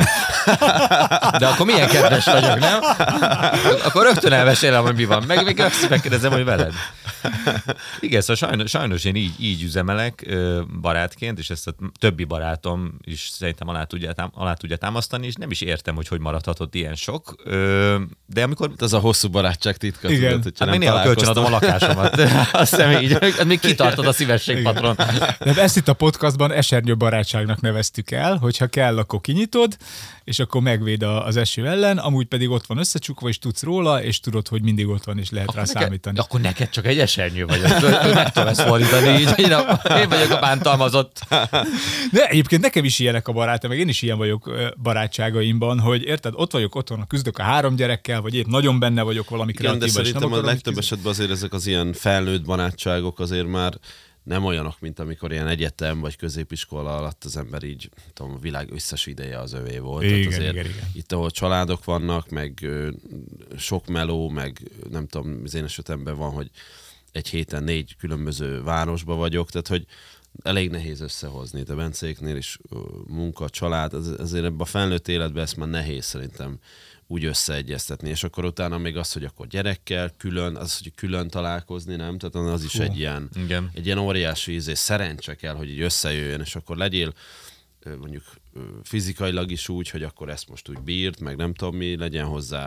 De akkor milyen kedves vagyok, nem? Akkor rögtön elmesélem, hogy mi van. Meg megkérdezem, hogy veled. Igen, szóval sajnos én így üzemelek barátként, és ezt a többi barátom is szerintem alá tudja támasztani, és nem is értem, hogy maradhatott ilyen sok. De amikor... Az a hosszú barátság titka. Igen. Tudod, hogyha Hát még néha kölcsönadom a lakásomat. Azt hiszem így, még kitartod a szívességpatron. De ezt itt a podcastban esernyő barátságnak neveztük el, hogyha kell, akkor kinyitod, és akkor megvéd az eső ellen, amúgy pedig ott van összecsukva, és tudsz róla, és tudod, hogy mindig ott van, és lehet Akkor rá számítani. Akkor neked csak egy esernyő vagy. Meg tudom ezt fordítani így. Én vagyok a bántalmazott. De egyébként nekem is ilyenek a barátom, meg én is ilyen vagyok barátságaimban, hogy érted, ott vagyok otthon, küzdök a 3 gyerekkel, vagy épp nagyon benne vagyok valami kreatívban. Igen, de szerintem a legtöbb esetben azért ezek az ilyen felnőtt barátságok azért már nem olyanok, mint amikor ilyen egyetem vagy középiskola alatt az ember így, tudom, a világ összes ideje az övé volt. Igen, azért igen. Itt, ahol családok vannak, meg sok meló, meg nem tudom, az én esetemben van, hogy egy héten 4 különböző városba vagyok, tehát hogy elég nehéz összehozni. De Bencéknél is munka, család, azért ebben a felnőtt életben ezt már nehéz szerintem úgy összeegyeztetni, és akkor utána még az, hogy akkor gyerekkel külön, az, hogy külön találkozni, nem? Tehát az is egy ilyen óriási szerencse kell, hogy így összejöjjön, és akkor legyél mondjuk fizikailag is úgy, hogy akkor ezt most úgy bírt, meg nem tudom mi, legyen hozzá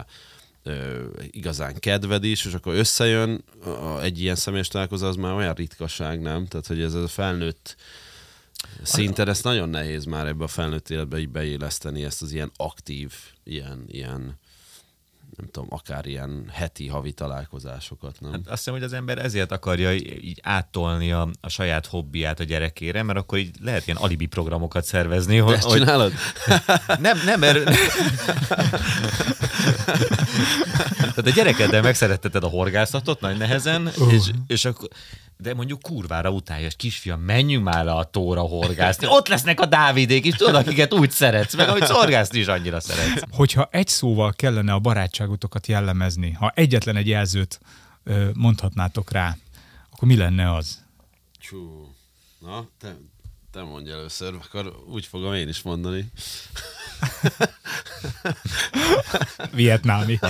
igazán kedved is, és akkor összejön egy ilyen személyes találkozó, az már olyan ritkaság, nem? Tehát, hogy ez a felnőtt Szinten ezt nagyon nehéz már ebbe a felnőtt életbe így beéleszteni, ezt az ilyen aktív, ilyen nem tudom, akár ilyen heti, havi találkozásokat, nem? Hát azt hiszem, hogy az ember ezért akarja így áttolni a saját hobbiát a gyerekére, mert akkor így lehet ilyen alibi programokat szervezni. Ezt csinálod? Nem, mert... Tehát a gyerekeddel megszeretteted a horgászatot nagy nehezen, és akkor... De mondjuk kurvára utálja, és kisfiam, menjünk már le a tóra horgászni. Ott lesznek a Dávidék is, tudod, akiket úgy szeretsz, meg amit horgászni is annyira szeretsz. Hogyha egy szóval kellene a barátságotokat jellemezni, ha egyetlen egy jelzőt mondhatnátok rá, akkor mi lenne az? Csú, na, te mondj először, akkor úgy fogom én is mondani. Vietnámi.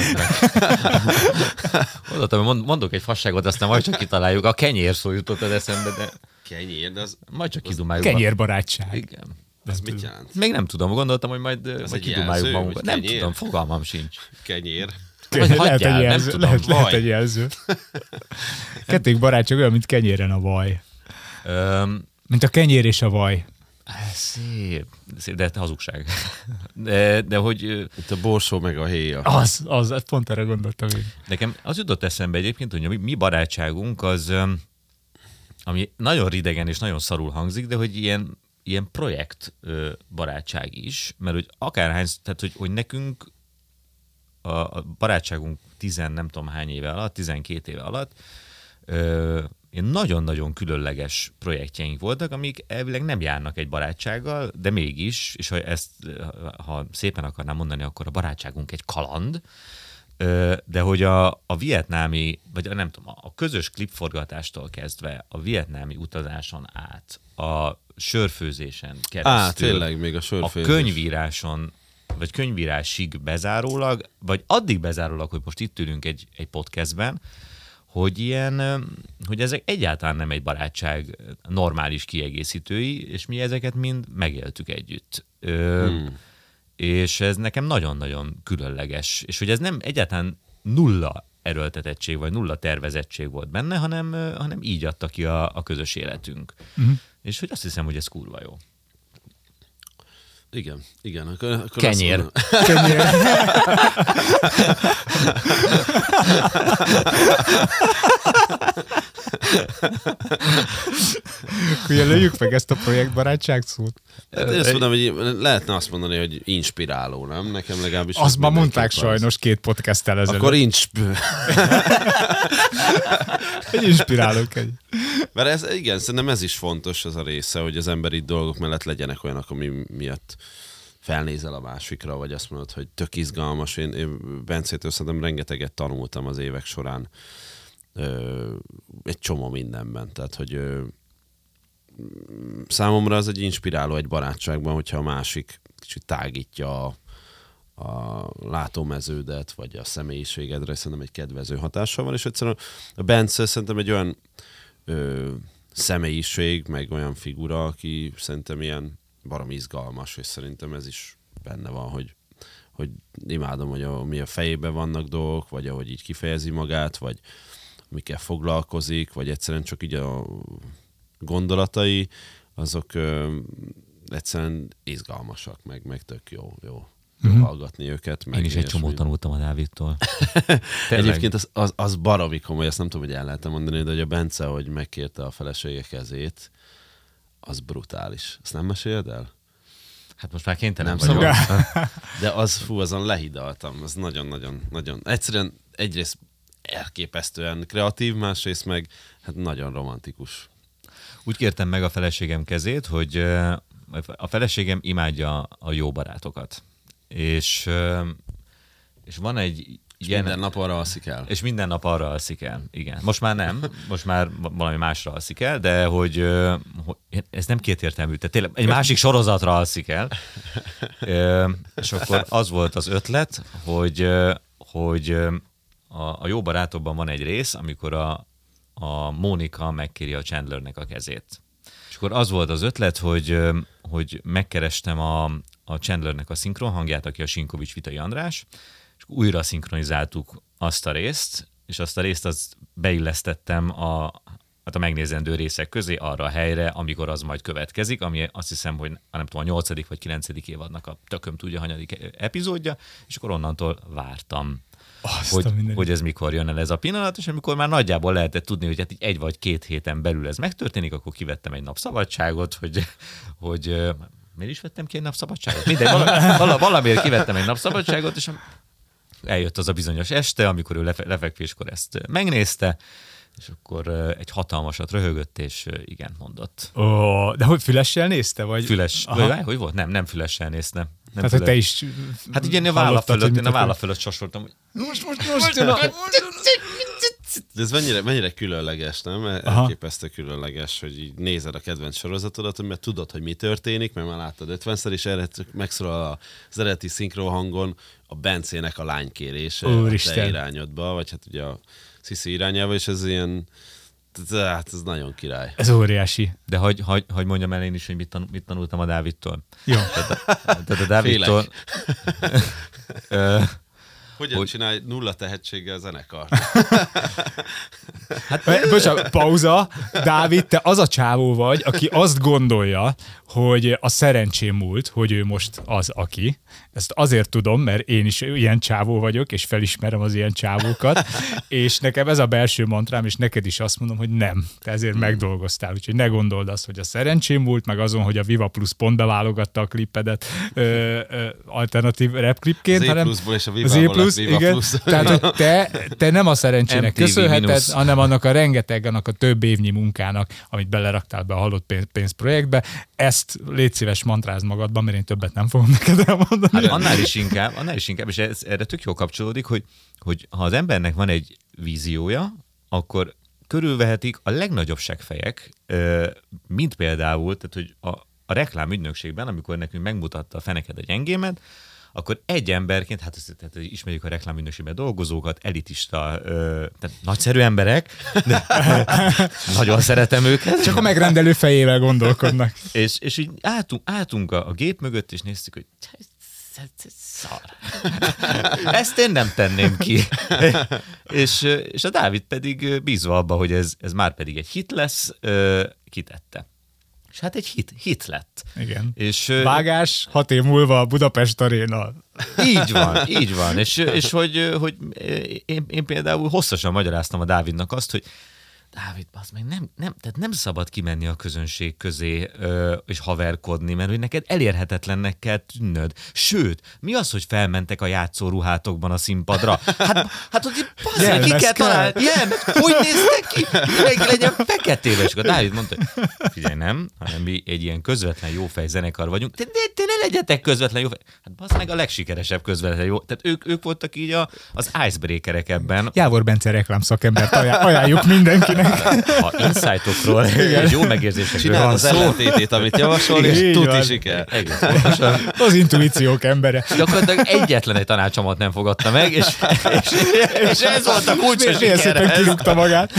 Mondok egy fasságot, aztán majd csak kitaláljuk. A kenyér szó jutott az eszembe, de... Kenyér, de az... Majd csak kidumáljuk. Kenyérbarátság. Igen. Ez mit jelent? Még nem tudom, gondoltam, hogy majd kidumáljuk magunkat. Nem tudom, fogalmam sincs. Kenyér. Lehet egy jelző. nem tudom. Lehet egy jelző. Kettők barátság olyan, mint kenyéren a vaj. Mint a kenyér és a vaj. Szép, de hazugság. De hogy... Itt a borsó meg a héja. Az, pont erre gondoltam én. Nekem az jutott eszembe egyébként, hogy a mi barátságunk az, ami nagyon ridegen és nagyon szarul hangzik, de hogy ilyen projekt barátság is, mert hogy akárhány, tehát hogy nekünk a barátságunk 10 nem tudom hány éve alatt, 12 éve alatt ilyen nagyon-nagyon különleges projektjeink voltak, amik elvileg nem járnak egy barátsággal, de mégis, és ha szépen akarnám mondani, akkor a barátságunk egy kaland, de hogy a vietnámi, vagy nem tudom, a közös klipforgatástól kezdve a vietnámi utazáson át, a sörfőzésen keresztül, tényleg még a sörfőzés. A könyvíráson, vagy könyvírásig bezárólag, vagy addig bezárólag, hogy most itt ülünk egy podcastben, hogy ezek egyáltalán nem egy barátság normális kiegészítői, és mi ezeket mind megéltük együtt. És ez nekem nagyon-nagyon különleges, és hogy ez nem egyáltalán nulla erőltetettség, vagy nulla tervezettség volt benne, hanem így adta ki a közös életünk. És hogy azt hiszem, hogy ez kurva jó. Igen. Akkor kenyér. Kenyér. Akkor jelöljük meg ezt a projektbarátság szót. Hát én azt mondom, hogy lehetne azt mondani, hogy inspiráló, nem? Nekem legalábbis... Azt ma mondták sajnos 2 podcasttel ezelőtt. Akkor egy inspiráló kenyér. Mert szerintem ez is fontos, az a része, hogy az emberi dolgok mellett legyenek olyanok, ami miatt felnézel a másikra, vagy azt mondod, hogy tök izgalmas. Én Bencétől szerintem rengeteget tanultam az évek során egy csomó mindenben. Tehát, hogy számomra az egy inspiráló egy barátságban, hogyha a másik kicsit tágítja a látómeződet, vagy a személyiségedre, szerintem egy kedvező hatással van, és egyszerűen a Bence szerintem egy olyan személyiség, meg olyan figura, aki szerintem ilyen baromi izgalmas, és szerintem ez is benne van, hogy imádom, hogy mi a fejében vannak dolgok, vagy ahogy így kifejezi magát, vagy amikkel foglalkozik, vagy egyszerűen csak így a gondolatai, azok egyszerűen izgalmasak, meg tök jó hallgatni őket. Én is egy csomót tanultam a Dávidtól. Egyébként az baromi komoly, azt nem tudom, hogy el lehetem mondani, de hogy a Bence, hogy megkérte a felesége kezét, az brutális. Azt nem meséled el? Hát most már kénytelen nem vagyok. De azon lehidaltam. Az nagyon egyszerűen egyrészt elképesztően kreatív, másrészt meg hát nagyon romantikus. Úgy kértem meg a feleségem kezét, hogy a feleségem imádja a jó barátokat. És van egy minden nap arra alszik el. És minden nap arra alszik el, igen. Most már nem, most már valami másra alszik el, de hogy ez nem kétértelmű, tehát tényleg egy másik sorozatra alszik el. És akkor az volt az ötlet, hogy a jó barátokban van egy rész, amikor a Mónika megkéri a Chandlernek a kezét. És akkor az volt az ötlet, hogy megkerestem a Chandlernek a szinkronhangját, aki a Sinkovics Vitai András, és újra szinkronizáltuk azt a részt, és azt a részt beillesztettem hát a megnézendő részek közé arra a helyre, amikor az majd következik, ami azt hiszem, hogy nem tudom, a 8. vagy 9. évadnak a tököm tudja hanyadik epizódja, és akkor onnantól vártam, hogy ez mikor jön el ez a pillanat, és amikor már nagyjából lehetett tudni, hogy hát így 1 vagy 2 héten belül ez megtörténik, akkor kivettem egy nap szabadságot, hogy miért is vettem ki egy nap szabadságot? Mindegy, valamiért kivettem egy nap szabadságot, és eljött az a bizonyos este, amikor ő lefekvéskor ezt megnézte, és akkor egy hatalmasat röhögött, és igen mondott. De hogy fülessel nézte? Vagy? Füles. Hogy volt? Nem fülessel nézte. Tehát, hogy te is hát így a válla fölött sasoltam, hogy most. De ez mennyire különleges, nem? Elképesztő különleges, hogy így nézed a kedvenc sorozatodat, mert tudod, hogy mi történik, mert már láttad 50-szer, és erre megszólal az eredeti szinkron hangon a Bencének a lánykérése a te irányodba, vagy hát ugye a Sziszi irányába, és ez ilyen, hát ez nagyon király. Ez óriási. De hogy mondjam el én is, hogy mit tanultam a Dávidtól. Jó. Tehát a Dávidtól... Hogyan csinálj nulla tehetséggel a zenekart? Bocsánat, pauza. Dávid, te az a csávó vagy, aki azt gondolja, hogy a szerencsém múlt, hogy ő most az, aki. Ezt azért tudom, mert én is ilyen csávó vagyok, és felismerem az ilyen csávókat, és nekem ez a belső mantrám, és neked is azt mondom, hogy nem. Te ezért megdolgoztál, úgyhogy ne gondold azt, hogy a szerencsém múlt, meg azon, hogy a Viva Plus pont beválogatta a klippedet alternatív rap klipként, az hanem és a Viva igen. Tehát, hogy te nem a szerencsének köszönheted, hanem annak a annak a több évnyi munkának, amit beleraktál be a halott pénzprojektbe. Ezt légy szíves mantrázd magadban, mert én többet nem fogom neked elmondani. Hát annál is inkább, és ez erre tök jól kapcsolódik, hogy ha az embernek van egy víziója, akkor körülvehetik a legnagyobb seggfejek, mint például, tehát hogy a reklámügynökségben, amikor nekünk megmutatta a Feneked a gyengémet, akkor egy emberként, tehát ismerjük a reklámügynökségben dolgozókat, elitista, tehát nagyszerű emberek, de nagyon szeretem őket. Csak a megrendelő fejével gondolkodnak. és így álltunk a gép mögött, és néztük, hogy szar. Ezt én nem tenném ki. és a Dávid pedig bízva abba, hogy ez már pedig egy hit lesz, kitette. És hát egy hit lett. Igen. És, vágás, 6 év múlva a Budapest Aréna. Így van. És hogy én például hosszasan magyaráztam a Dávidnak azt, hogy Dávid, az meg tehát nem szabad kimenni a közönség közé és haverkodni, mert hogy neked elérhetetlennek kell tűnnöd. Sőt, mi az, hogy felmentek a játszóruhátokban a színpadra? Hát hogy bazdmeg, ki kell találni. Hogy néztek ki? Mindenki legyen feketébe. És akkor Dávid mondta, hogy figyelj, nem, hanem mi egy ilyen közvetlen jófej zenekar vagyunk. De ne legyetek közvetlen jófej. Hát bazdmeg a legsikeresebb közvetlen jó. Tehát ők voltak így az icebreakerek ebben. Jávor Bence reklámszakembert ajánljuk mindenkinek. Ha insightokról, egy jó megérzésekről. Csináld az ellentétét, amit javasol, és tuti siker. Egész pontosan. Az intuíciók embere. Gyakorlatilag egyetlen egy tanácsomat nem fogadta meg, és ez volt a kulcs a sikerhez. Szépen kirúgta magát.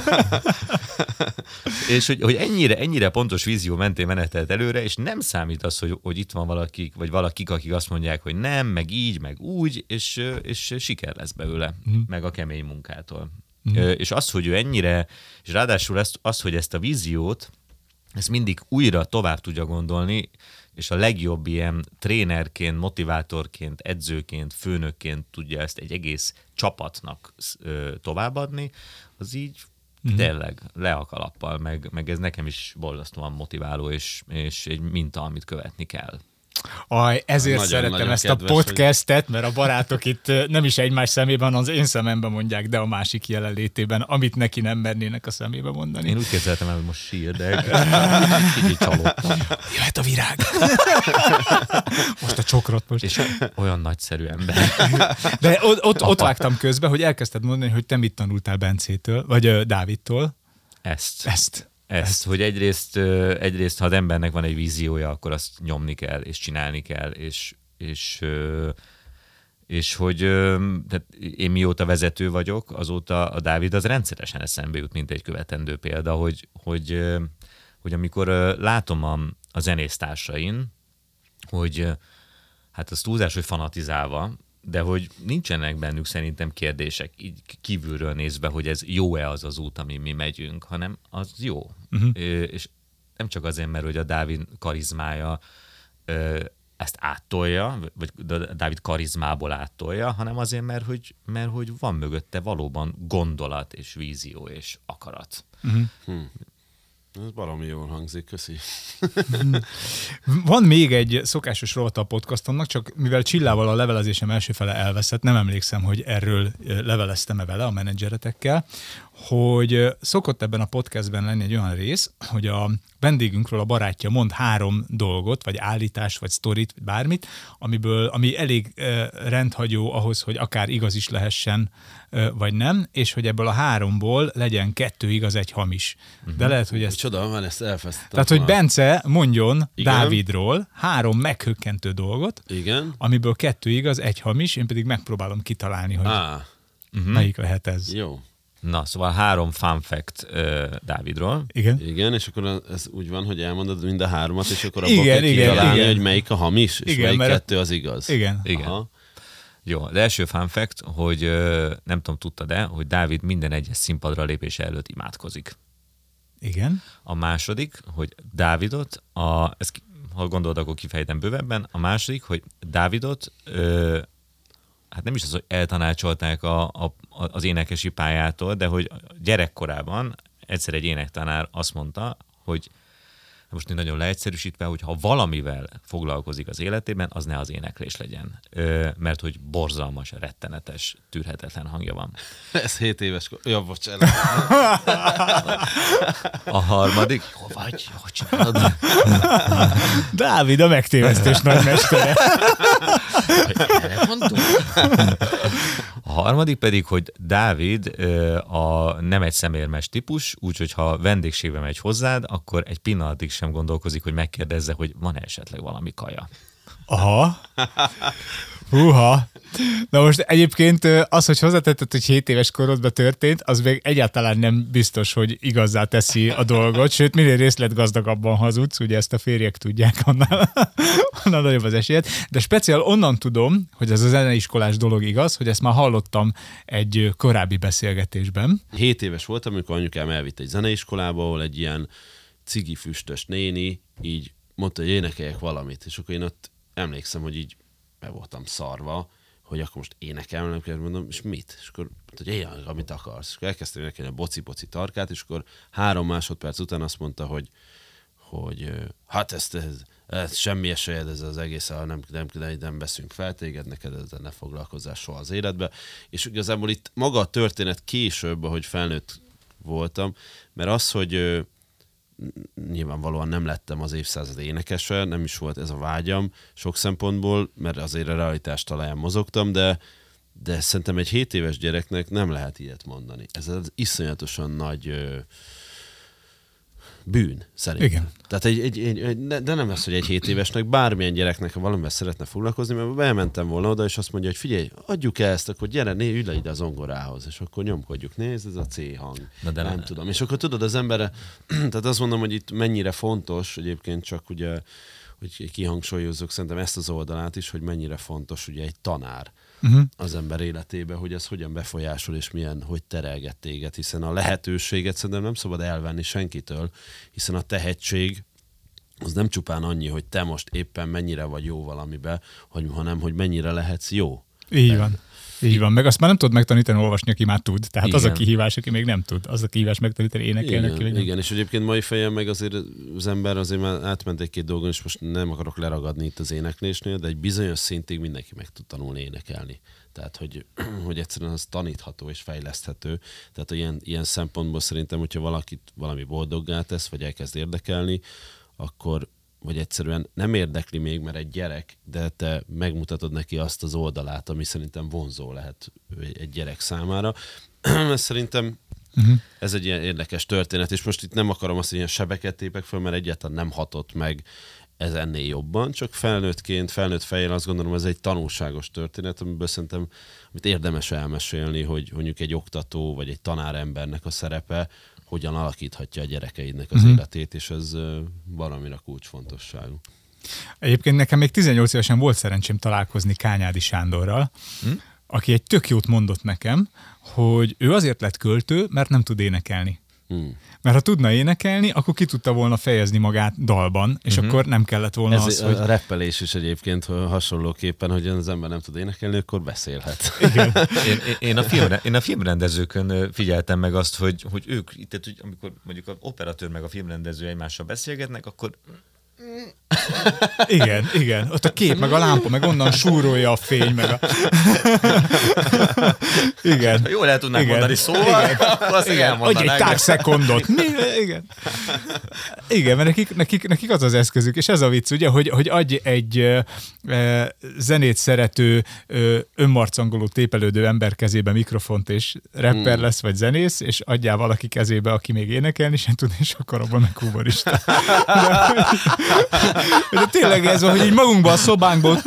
És hogy ennyire pontos vízió mentén menetelt előre, és nem számít az, hogy itt van valakik, akik azt mondják, hogy nem, meg így, meg úgy, és siker lesz belőle, meg a kemény munkától. És az, hogy ő ennyire, és ráadásul az, hogy ezt a víziót, ezt mindig újra tovább tudja gondolni, és a legjobb ilyen trénerként, motivátorként, edzőként, főnökként tudja ezt egy egész csapatnak továbbadni, az így tényleg le a kalappal, meg ez nekem is borzasztóan motiváló, és egy minta, amit követni kell. Ezért nagyon, szeretem nagyon ezt kedves, a podcastet, mert a barátok itt nem is egymás szemében, az én szememben mondják, de a másik jelenlétében, amit neki nem mernének a szemébe mondani. Én úgy képzeltem el, hogy most sír, de így csalódtam. Jöhet a virág. Most a csokrot most. És olyan nagyszerű ember. De ott vágtam közbe, hogy elkezdted mondani, hogy te mit tanultál Bencétől, vagy Dávidtól. Ezt, hogy egyrészt, ha az embernek van egy víziója, akkor azt nyomni kell, és csinálni kell, és hogy tehát én mióta vezető vagyok, azóta a Dávid az rendszeresen eszembe jut, mint egy követendő példa, hogy amikor látom a zenésztársain, hogy hát az túlzás, hogy fanatizálva, de hogy nincsenek bennük szerintem kérdések így kívülről nézve, hogy ez jó-e az az út, amin mi megyünk, hanem az jó. És nem csak azért, mert hogy a Dávid karizmája ezt áttolja, vagy a Dávid karizmából áttolja, hanem azért, mert hogy van mögötte valóban gondolat és vízió és akarat. Ez baromi jól hangzik, köszi. Van még egy szokásos rovata a podcastomnak, csak mivel Csillával a levelezésem első fele elveszett, nem emlékszem, hogy erről leveleztem-e vele a menedzseretekkel, hogy szokott ebben a podcastben lenni egy olyan rész, hogy a vendégünkről a barátja mond 3 dolgot, vagy állítást, vagy sztorit, vagy bármit, ami elég rendhagyó ahhoz, hogy akár igaz is lehessen, vagy nem, és hogy ebből a 3-ból legyen 2 igaz, 1 hamis. De lehet, hogy ezt... Csoda, van, ezt elfesztettem. Tehát, hogy Bence mondjon Igen. Dávidról 3 meghökkentő dolgot, Igen. amiből 2 igaz, 1 hamis, én pedig megpróbálom kitalálni, hogy melyik lehet ez. Jó. Na, szóval 3 fun fact Dávidról. Igen. Igen, és akkor ez úgy van, hogy elmondod mind a 3-at, és akkor abban Igen, kell igen, kitalálni, igen. hogy melyik a hamis, és Igen, melyik mert 2 az igaz. Igen. Igen. Aha. Jó, az első fun fact, hogy nem tudom, tudtad-e, hogy Dávid minden egyes színpadra lépése előtt imádkozik. Igen. A második, hogy Dávidot, ha gondolod, akkor kifejtem bővebben, a második, hogy Dávidot, hát nem is az, hogy eltanácsolták az énekesi pályától, de hogy gyerekkorában egyszer egy énektanár azt mondta, hogy most nagyon leegyszerűsítve, hogy ha valamivel foglalkozik az életében, az ne az éneklés legyen. Mert hogy borzalmas, rettenetes, tűrhetetlen hangja van. Ez 7 éves kor. Ja, bocsánat. A harmadik, hol vagy? Hogy csinálod? Dávid a megtévesztés nagymestere. Erre mondtuk? A harmadik pedig, hogy Dávid nem egy szemérmes típus, úgyhogy ha vendégségbe megy hozzád, akkor egy pillanatig sem gondolkozik, hogy megkérdezze, hogy van-e esetleg valami kaja. Aha. Húha. Na most egyébként az, hogy hozzátetted, hogy 7 éves korodban történt, az még egyáltalán nem biztos, hogy igazzá teszi a dolgot, sőt, minél részletgazdagabban hazudsz, ugye ezt a férjek tudják, annál nagyobb az esélyed. De speciál onnan tudom, hogy ez a zeneiskolás dolog igaz, hogy ezt már hallottam egy korábbi beszélgetésben. 7 éves voltam, amikor anyukám elvitt egy zeneiskolába, ahol egy ilyen cigifüstös néni így mondta, hogy énekeljek valamit, és akkor én ott emlékszem, hogy így be voltam szarva, hogy akkor most énekelnem kell, mondom, és mit? És akkor mondta, hogy éjjel, amit akarsz. És akkor elkezdtem énekelni a boci-boci tarkát, és akkor 3 másodperc után azt mondta, hogy hát ez semmi esélyed, ez az egész, nem veszünk fel téged, neked ezzel ne foglalkozzál soha az életbe. És igazából itt maga a történet később, ahogy felnőtt voltam, mert az, hogy nyilvánvalóan nem lettem az évszázad énekese, nem is volt ez a vágyam sok szempontból, mert azért a realitás talaján mozogtam, de szerintem egy 7 éves gyereknek nem lehet ilyet mondani. Ez az iszonyatosan nagy bűn, szerintem. Igen. Tehát de nem az, hogy egy 7 évesnek, bármilyen gyereknek, ha valamivel szeretne foglalkozni, mert bementem volna oda, és azt mondja, hogy figyelj, adjuk ezt, akkor gyere, ülj le ide a zongorához, és akkor nyomkodjuk, nézd, ez a C hang. Nem tudom. És akkor tudod, az emberre, tehát azt mondom, hogy itt mennyire fontos, egyébként csak ugye, hogy kihangsúlyozzuk szerintem ezt az oldalát is, hogy mennyire fontos ugye egy tanár az ember életébe, hogy ez hogyan befolyásol, és milyen, hogy terelget téged, hiszen a lehetőséget szerintem nem szabad elvenni senkitől, hiszen a tehetség az nem csupán annyi, hogy te most éppen mennyire vagy jó valamibe, hanem hogy mennyire lehetsz jó. Így van. Így van, meg azt már nem tudod megtanítani olvasni, aki már tud. Tehát igen. Az a kihívás, aki még nem tud. Az a kihívás megtanítani énekelni. Igen, és egyébként mai fejem meg azért az ember azért már átment egy-két dolgon, és most nem akarok leragadni itt az éneklésnél, de egy bizonyos szintig mindenki meg tud tanulni énekelni. Tehát, hogy egyszerűen az tanítható és fejleszthető. Tehát ilyen szempontból szerintem, hogyha valakit valami boldoggá tesz, vagy elkezd érdekelni, akkor vagy egyszerűen nem érdekli még, mert egy gyerek, de te megmutatod neki azt az oldalát, ami szerintem vonzó lehet egy gyerek számára. Ez szerintem ez egy ilyen érdekes történet, és most itt nem akarom azt, hogy ilyen sebeket tépek föl, mert egyáltalán nem hatott meg ez ennél jobban, csak felnőtt fejjel azt gondolom, ez egy tanulságos történet, amiből szerintem, amit érdemes elmesélni, hogy mondjuk egy oktató, vagy egy tanárembernek a szerepe, hogyan alakíthatja a gyerekeidnek az életét, és ez valamire kulcsfontosságú. Egyébként nekem még 18 évesen volt szerencsém találkozni Kányádi Sándorral, aki egy tök jót mondott nekem, hogy ő azért lett költő, mert nem tud énekelni. Mert ha tudna énekelni, akkor ki tudta volna fejezni magát dalban, és akkor nem kellett volna az, hogy... A rappelés is egyébként hasonlóképpen, hogy az ember nem tud énekelni, akkor beszélhet. Igen. Én a filmrendezőkön figyeltem meg azt, hogy ők, tehát, hogy amikor mondjuk az operatőr meg a filmrendező egymással beszélgetnek, akkor Igen. Ott a kép, meg a lámpa, meg onnan súrolja a fény, meg a... Igen. Ha jól el tudnánk mondani szóval, akkor azt elmondanánk. Hogy egy tágszekondot. Igen, mert nekik az az eszközük, és ez a vicc, ugye, hogy adj egy zenét szerető, önmarcangoló, tépelődő ember kezébe mikrofont, és rapper lesz, vagy zenész, és adjál valaki kezébe, aki még énekelni sem tud, és akkor abban meg humorista. De tényleg ez van, hogy így magunkban a szobánkban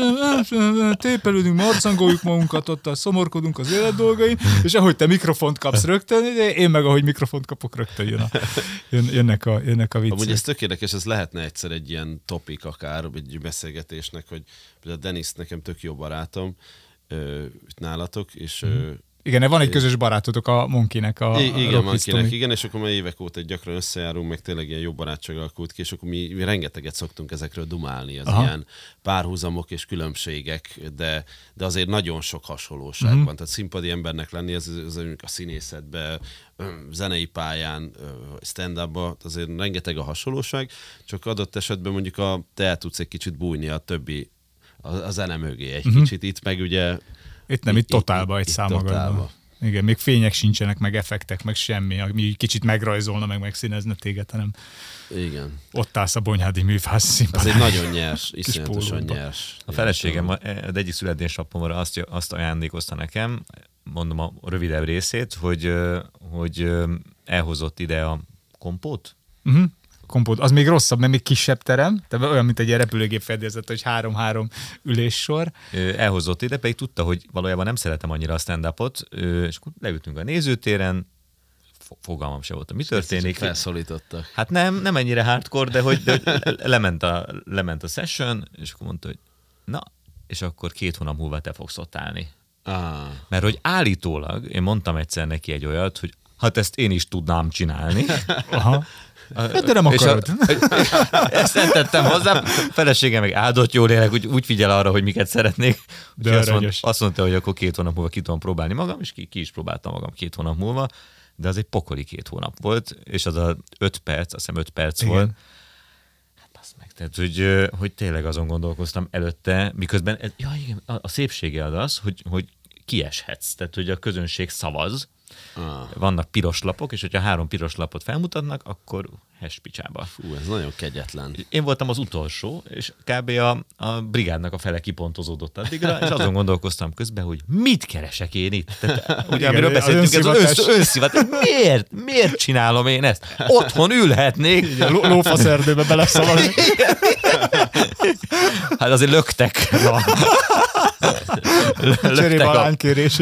tépelődünk, marcangoljuk magunkat, ott szomorkodunk az élet dolgain, és ahogy te mikrofont kapsz rögtön, én meg ahogy mikrofont kapok rögtön jönnek a viccek. Amúgy ez tök érdekes, ez lehetne egyszer egy ilyen topik akár, egy beszélgetésnek, hogy például Denis nekem tök jó barátom nálatok, és igen, van egy közös barátotok a Monkinek, igen, és akkor már évek óta gyakran összejárunk, meg tényleg ilyen jó barátság alakult ki, és akkor mi rengeteget szoktunk ezekről dumálni, az ilyen párhuzamok és különbségek, de azért nagyon sok hasonlóság van. Tehát színpadi embernek lenni, ez a színészetben, zenei pályán, stand-upban, azért rengeteg a hasonlóság, csak adott esetben mondjuk te el tudsz egy kicsit bújni a többi, a zene mögé egy kicsit, itt meg ugye itt totálba egy számmagadban. Igen, még fények sincsenek, meg effektek, meg semmi, ami kicsit megrajzolna, meg megszínezne téged, hanem igen. Ott állsz a Bonyhádi Műfász színpadán. Ez egy nagyon nyers, iszonyatosan nyers. A feleségem az egyik születésnapomra azt ajándékozta nekem, mondom a rövidebb részét, hogy elhozott ide a kompót. Kompót. Az még rosszabb, mert még kisebb terem, tehát olyan, mint egy ilyen repülőgép fedélzet, hogy 3-3 üléssor. Elhozott ide, pedig tudta, hogy valójában nem szeretem annyira a stand-upot, és akkor leültünk a nézőtéren, fogalmam se volt, mi történik. Felszólítottak. Hát nem ennyire hardcore, de hogy lement a session, és akkor mondta, hogy na, és akkor 2 hónap múlva te fogsz ott állni. Mert hogy állítólag, én mondtam egyszer neki egy olyat, hogy hát ezt én is tudnám csinálni. Aha. De nem akarod. Ezt nem tettem hozzá. A feleségem meg áldott jó lélek, úgy figyel arra, hogy miket szeretnék. Azt mondta, hogy akkor 2 hónap múlva ki tudom próbálni magam, és ki is próbáltam magam 2 hónap múlva, de az egy pokoli 2 hónap volt, és az a 5 perc, azt hiszem 5 perc igen. volt. Hát basz meg, tehát, hogy tényleg azon gondolkoztam előtte, miközben igen, a szépsége az, hogy kieshetsz, tehát hogy a közönség szavaz, vannak piros lapok, és hogyha 3 piros lapot felmutatnak, akkor hespicsába. Fú, ez nagyon kegyetlen. Én voltam az utolsó, és kb. A brigádnak a fele kipontozódott addigra, és azon gondolkoztam közben, hogy mit keresek én itt? Tehát, ugye, amiről beszéltünk, ez az önszivatás. Miért csinálom én ezt? Otthon ülhetnék. Lófaszerdőbe beleszaladni. Hát azért löktek. Cserébe a lánykérés.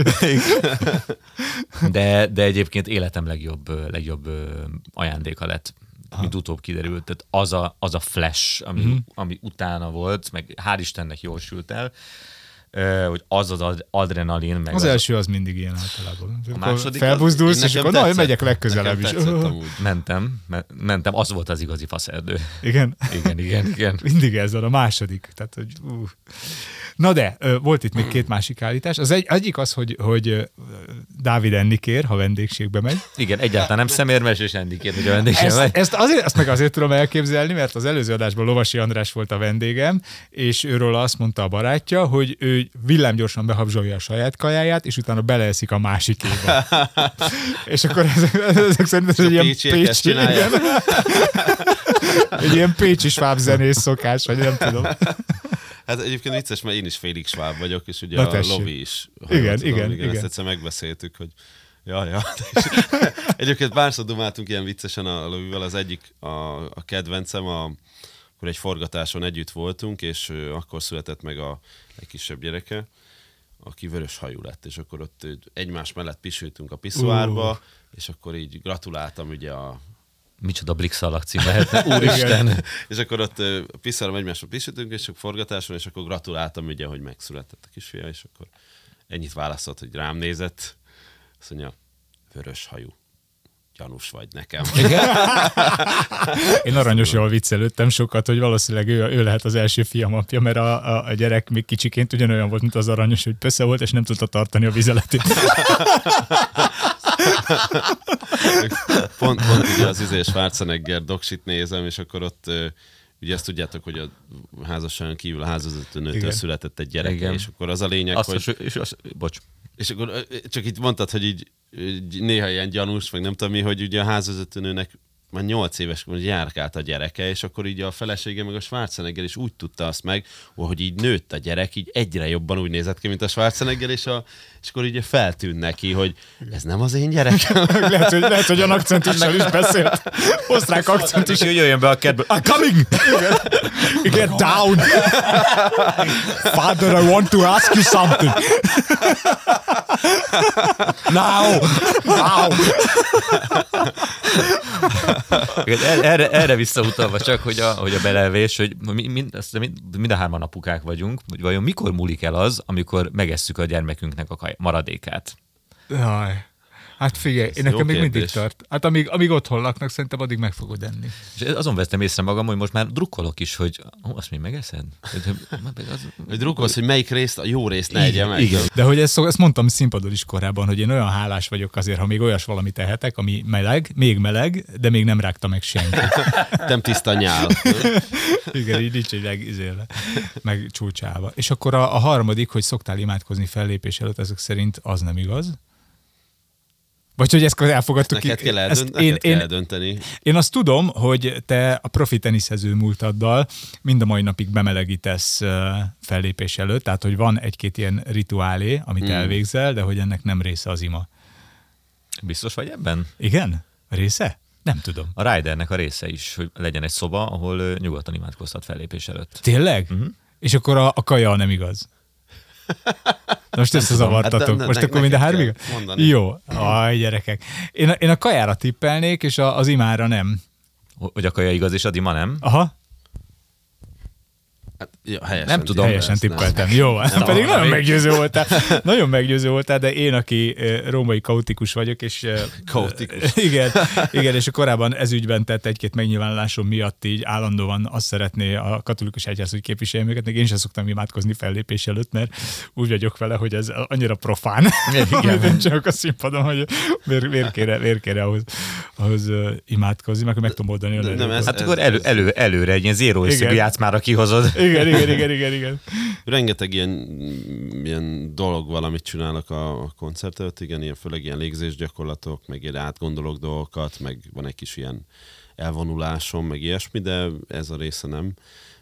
De egyébként életem legjobb ajándéka lett, mint utóbb kiderült. Tehát az a flash, ami utána volt, meg hál' Istennek jól sült el, hogy az adrenalin. Meg az első az mindig ilyen általában. A második felbuzdulsz, és akkor megyek legközelebb is. Mentem, az volt az igazi faszerdő. Igen? Igen. Mindig ez van, a második. Tehát, hogy Na de, volt itt még 2 másik állítás. Az egyik az, hogy Dávid enni kér, ha vendégségbe megy. Igen, egyáltalán nem szemérmes, és enni kér, hogy a vendégségbe megy. Ezt meg azért tudom elképzelni, mert az előző adásban Lovasi András volt a vendégem, és őről azt mondta a barátja, hogy ő villámgyorsan behabzsolja a saját kajáját, és utána beleeszik a másikébe. És akkor ezek szerint ez egy ilyen pécsi, egy ilyen pécsi sváb zenész szokás, vagy nem tudom. Hát egyébként vicces, mert én is félig sváb vagyok, és ugye a Lovi is. Igen. Ezt egyszer megbeszéltük, hogy ja. Egyébként párszor dumáltunk ilyen viccesen a Lovival, az egyik a kedvencem, akkor egy forgatáson együtt voltunk, és akkor született meg egy kisebb gyereke, aki vörös hajú lett, és akkor ott egymás mellett pisültünk a piszoárba, és akkor így gratuláltam ugye a Micsoda Blix alakcím lehetne, úristen. És akkor ott piszálom egymásra pisítünk, és akkor forgatáson, és akkor gratuláltam, ugye, hogy megszületett a kisfia, és akkor ennyit válaszolt, hogy rám nézett. Azt mondja, vörös hajú. Gyanús vagy nekem. Én aranyosjól viccelődtem sokat, hogy valószínűleg ő lehet az első fiam apja, mert a gyerek még kicsiként ugyanolyan volt, mint az aranyos, hogy pösze volt, és nem tudta tartani a vizeletét. pont ugye az Schwarzenegger doksit nézem, és akkor ott ugye ezt tudjátok, hogy a házasságon kívül a házvezetőnőtől született egy gyereke, és akkor az a lényeg, bocs. És akkor csak itt mondtad, hogy így néha ilyen gyanús, meg nem tudom mi, hogy ugye a házvezetőnőnek már 8 éves, hogy járkált a gyereke, és akkor így a felesége meg a Schwarzenegger is úgy tudta azt meg, hogy így nőtt a gyerek, így egyre jobban úgy nézett ki, mint a Schwarzenegger, és akkor így feltűnt neki, hogy ez nem az én gyerekem. lehet, hogy olyan akcentussal is beszélt. Osztrák akcentus. És jöjjön be a kertbe. I'm coming! Get down! Father, I want to ask you something. Now! Erre visszautalva csak, hogy a belevés, hogy mind a hárman apukák vagyunk, hogy vajon mikor múlik el az, amikor megesszük a gyermekünknek a maradékát? Jaj. Hát figyelj, én nekem még mindig tart. Hát amíg otthon laknak, szerintem addig meg fogod enni. És azon vettem észre magam, hogy most már drukkolok is, hogy azt még megeszed? Hogy drukkolsz, hogy melyik részt, a jó részt ne egye meg. Igen. De hogy ezt mondtam színpadon is korábban, hogy én olyan hálás vagyok azért, ha még olyas valamit tehetek, ami még meleg, de még nem rágta meg senki. Nem tiszta nyál. Igen, így nincs egy meg csúcsálva. És akkor a harmadik, hogy szoktál imádkozni fellépés előtt, ezek szerint az nem igaz. Vagy hogy ezt elfogadtuk. Neked kell eldönteni. Én azt tudom, hogy te a profi teniszező múltaddal mind a mai napig bemelegítesz fellépés előtt, tehát hogy van egy-két ilyen rituálé, amit elvégzel, de hogy ennek nem része az ima. Biztos vagy ebben? Igen? Része? Nem tudom. A Ridernek a része is, hogy legyen egy szoba, ahol nyugodtan imádkoztat fellépés előtt. Tényleg? És akkor a kaja nem igaz? Most összezavartatok. Hát most akkor mind a hármig? Jó. Aj, gyerekek. Én a kajára tippelnék, és az imára nem. Hogy a kaja igaz, és a ima nem? Aha. Hát, jó, nem tudom. Helyesen tippeltem. Jó, pedig nagyon meggyőző voltál. Nagyon meggyőző voltál, de én, aki római kaotikus vagyok, és... Kaotikus. Igen, és korábban ezügyben tett egy-két megnyilvánulásom miatt így állandóan azt szeretné a katolikus egyház, hogy képviseljem őket, még én sem szoktam imádkozni fellépés előtt, mert úgy vagyok vele, hogy ez annyira profán, amit én csak a színpadon, hogy miért kéne ahhoz imádkozni, meg tudom oldani. Hát akkor előre egy ilyen zéró összegű játszmára kihozod. Igen. Rengeteg ilyen dolog valamit csinálok a koncert előtt, igen, ilyen, főleg ilyen légzésgyakorlatok, meg ilyen átgondolok dolgokat, meg van egy kis ilyen elvonulásom, meg ilyesmi, de ez a része nem.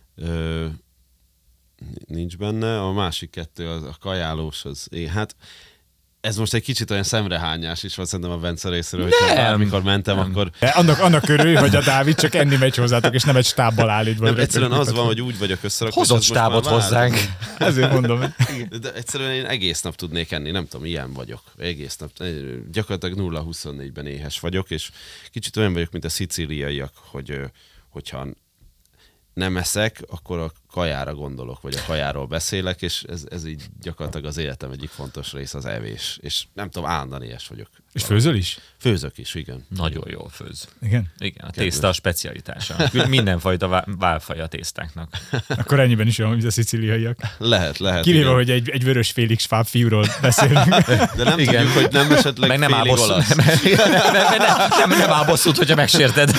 Nincs benne. A másik kettő, a kajálós, hát ez most egy kicsit olyan szemrehányás is van szerintem a Bence részéről, hogy amikor mentem, akkor... De annak örülj, hogy a Dávid csak enni megy hozzátok, és nem egy stábbal állítva. Nem, egyszerűen az van, hogy úgy vagyok összerakva. Hozott stábot hozzánk. Ezért mondom. De egyszerűen én egész nap tudnék enni, nem tudom, ilyen vagyok. Egész nap. Gyakorlatilag 0-24-ben éhes vagyok, és kicsit olyan vagyok, mint a szicíliaiak, hogyha nem eszek, akkor a kajára gondolok, vagy a kajáról beszélek, és ez így gyakorlatilag az életem egyik fontos rész az evés. És nem tudom, állandóan ilyes vagyok. És főzöl is? Főzök is, igen. Nagyon jól főz. Igen? Igen, a tészta a specialitása. Mindenfajta válfaj a tésztáknak. Akkor ennyiben is olyan, mint a szicíliaiak. Lehet. Kivéve, hogy egy vörös félig sváb fiúról beszélünk. De nem tudjuk, hogy nem esetleg meg nem félig olasz. Nem áll bosszút, hogyha megsérted.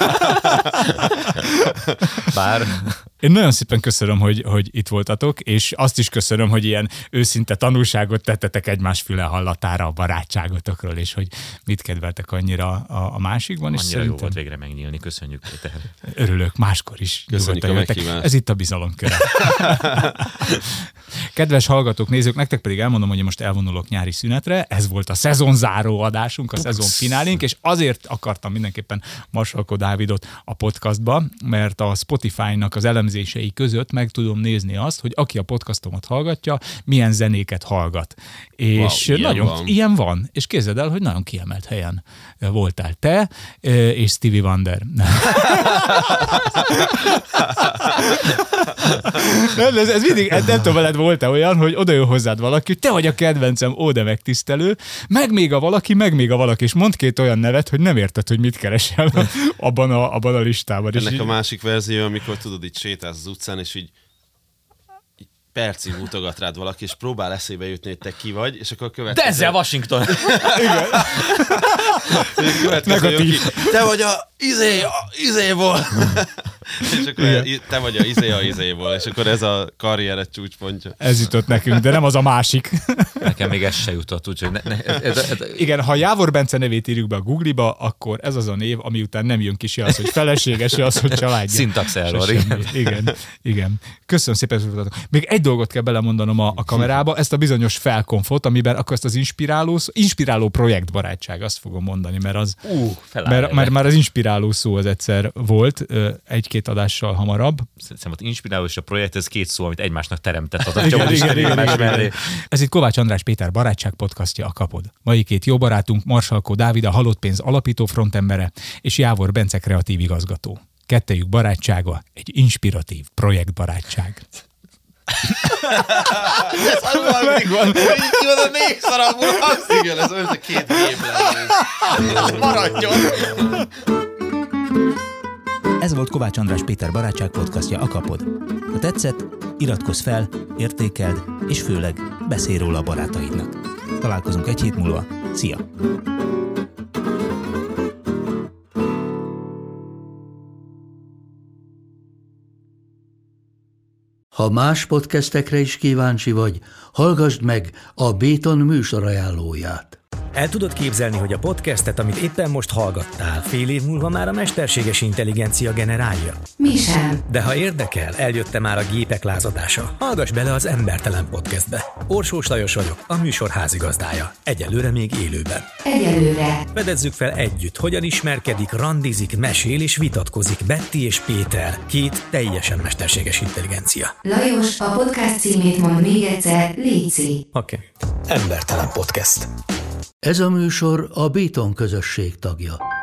Bár... Én nagyon szépen köszönöm, hogy itt voltatok, és azt is köszönöm, hogy ilyen őszinte tanulságot tettetek egymás füle hallatára a barátságotokról, és hogy mit kedveltek annyira a másikban. Annyira és jó volt végre megnyílni, köszönjük, Péter. Örülök, máskor is. Köszönjük a meghívást. Ez itt a bizalomköre. Kedves hallgatók, nézők, nektek pedig elmondom, hogy én most elvonulok nyári szünetre. Ez volt a szezonzáró adásunk, a szezon finálénk, és azért akartam mindenképpen Marsalko Dávidot a podcastba, mert a Spotify-nak az elemzései között meg tudom nézni azt, hogy aki a podcastomat hallgatja, milyen zenéket hallgat. És ilyen van. És képzeld el, hogy nagyon kiemelt helyen voltál te, és Stevie Wonder. Ez mindig, nem tudom, veled volt-e olyan, hogy oda jön hozzád valaki, hogy te vagy a kedvencem, de megtisztelő, meg még a valaki, és mond két olyan nevet, hogy nem érted, hogy mit keresel abban a listában. Ennek és a másik verzió, amikor tudod, így sétálsz az utcán, és így percig mutogat rád valaki, és próbál eszébe jutni, hogy te ki vagy, és akkor következő... Denzel Washington! Igen. Következő, te vagy a izéból! És akkor te vagy a izéból, és akkor ez a karriered csúcspontja. Ez jutott nekünk, de nem az a másik. Nekem még ez se jutott, úgyhogy... Igen, ha Jávor Bence nevét írjuk be a Google-ba, akkor ez az a név, ami után nem jön ki se az, hogy felesége, se az, hogy családja. Szintax error, igen. Köszönöm szépen, hogy voltatok. Még egy dolgot kell belemondanom a kamerába, ezt a bizonyos felkonfot, amiben akkor ezt az inspiráló projektbarátság, azt fogom mondani, mert az... mert már az inspiráló szó az egyszer volt, egy-két adással hamarabb. Szerintem az inspiráló és a projekt, ez két szó, amit egymásnak teremtett. Igen. Ez itt Kovács András Péter barátság podcastja, a Kapod. Mai két jó barátunk, Marsalkó Dávid, a Halott Pénz alapító frontembere, és Jávor Bence kreatív igazgató. Kettejük barátsága egy inspiratív projektbarátság. Ez az van. Ki van a népszarabból, az igen, ez olyan, két gép lesz. Maradjon! Ez volt Kovács András Péter barátság podcastja, a Kapod. Ha tetszett, iratkozz fel, értékeld, és főleg beszélj róla a barátaidnak. Találkozunk egy hét múlva. Szia! Ha más podcastekre is kíváncsi vagy, hallgassd meg a Béton műsor ajánlóját. El tudod képzelni, hogy a podcastet, amit éppen most hallgattál, fél év múlva már a mesterséges intelligencia generálja? Mi sem. De ha érdekel, eljött már a gépek lázadása. Hallgass bele az Embertelen Podcastbe. Orsós Lajos vagyok, a műsor házigazdája. Egyelőre még élőben. Egyelőre. Fedezzük fel együtt, hogyan ismerkedik, randizik, mesél és vitatkozik Betty és Péter, két teljesen mesterséges intelligencia. Lajos, a podcast címét mond még egyszer, léci. Oké. Embertelen Podcast. Ez a műsor a Béton közösség tagja.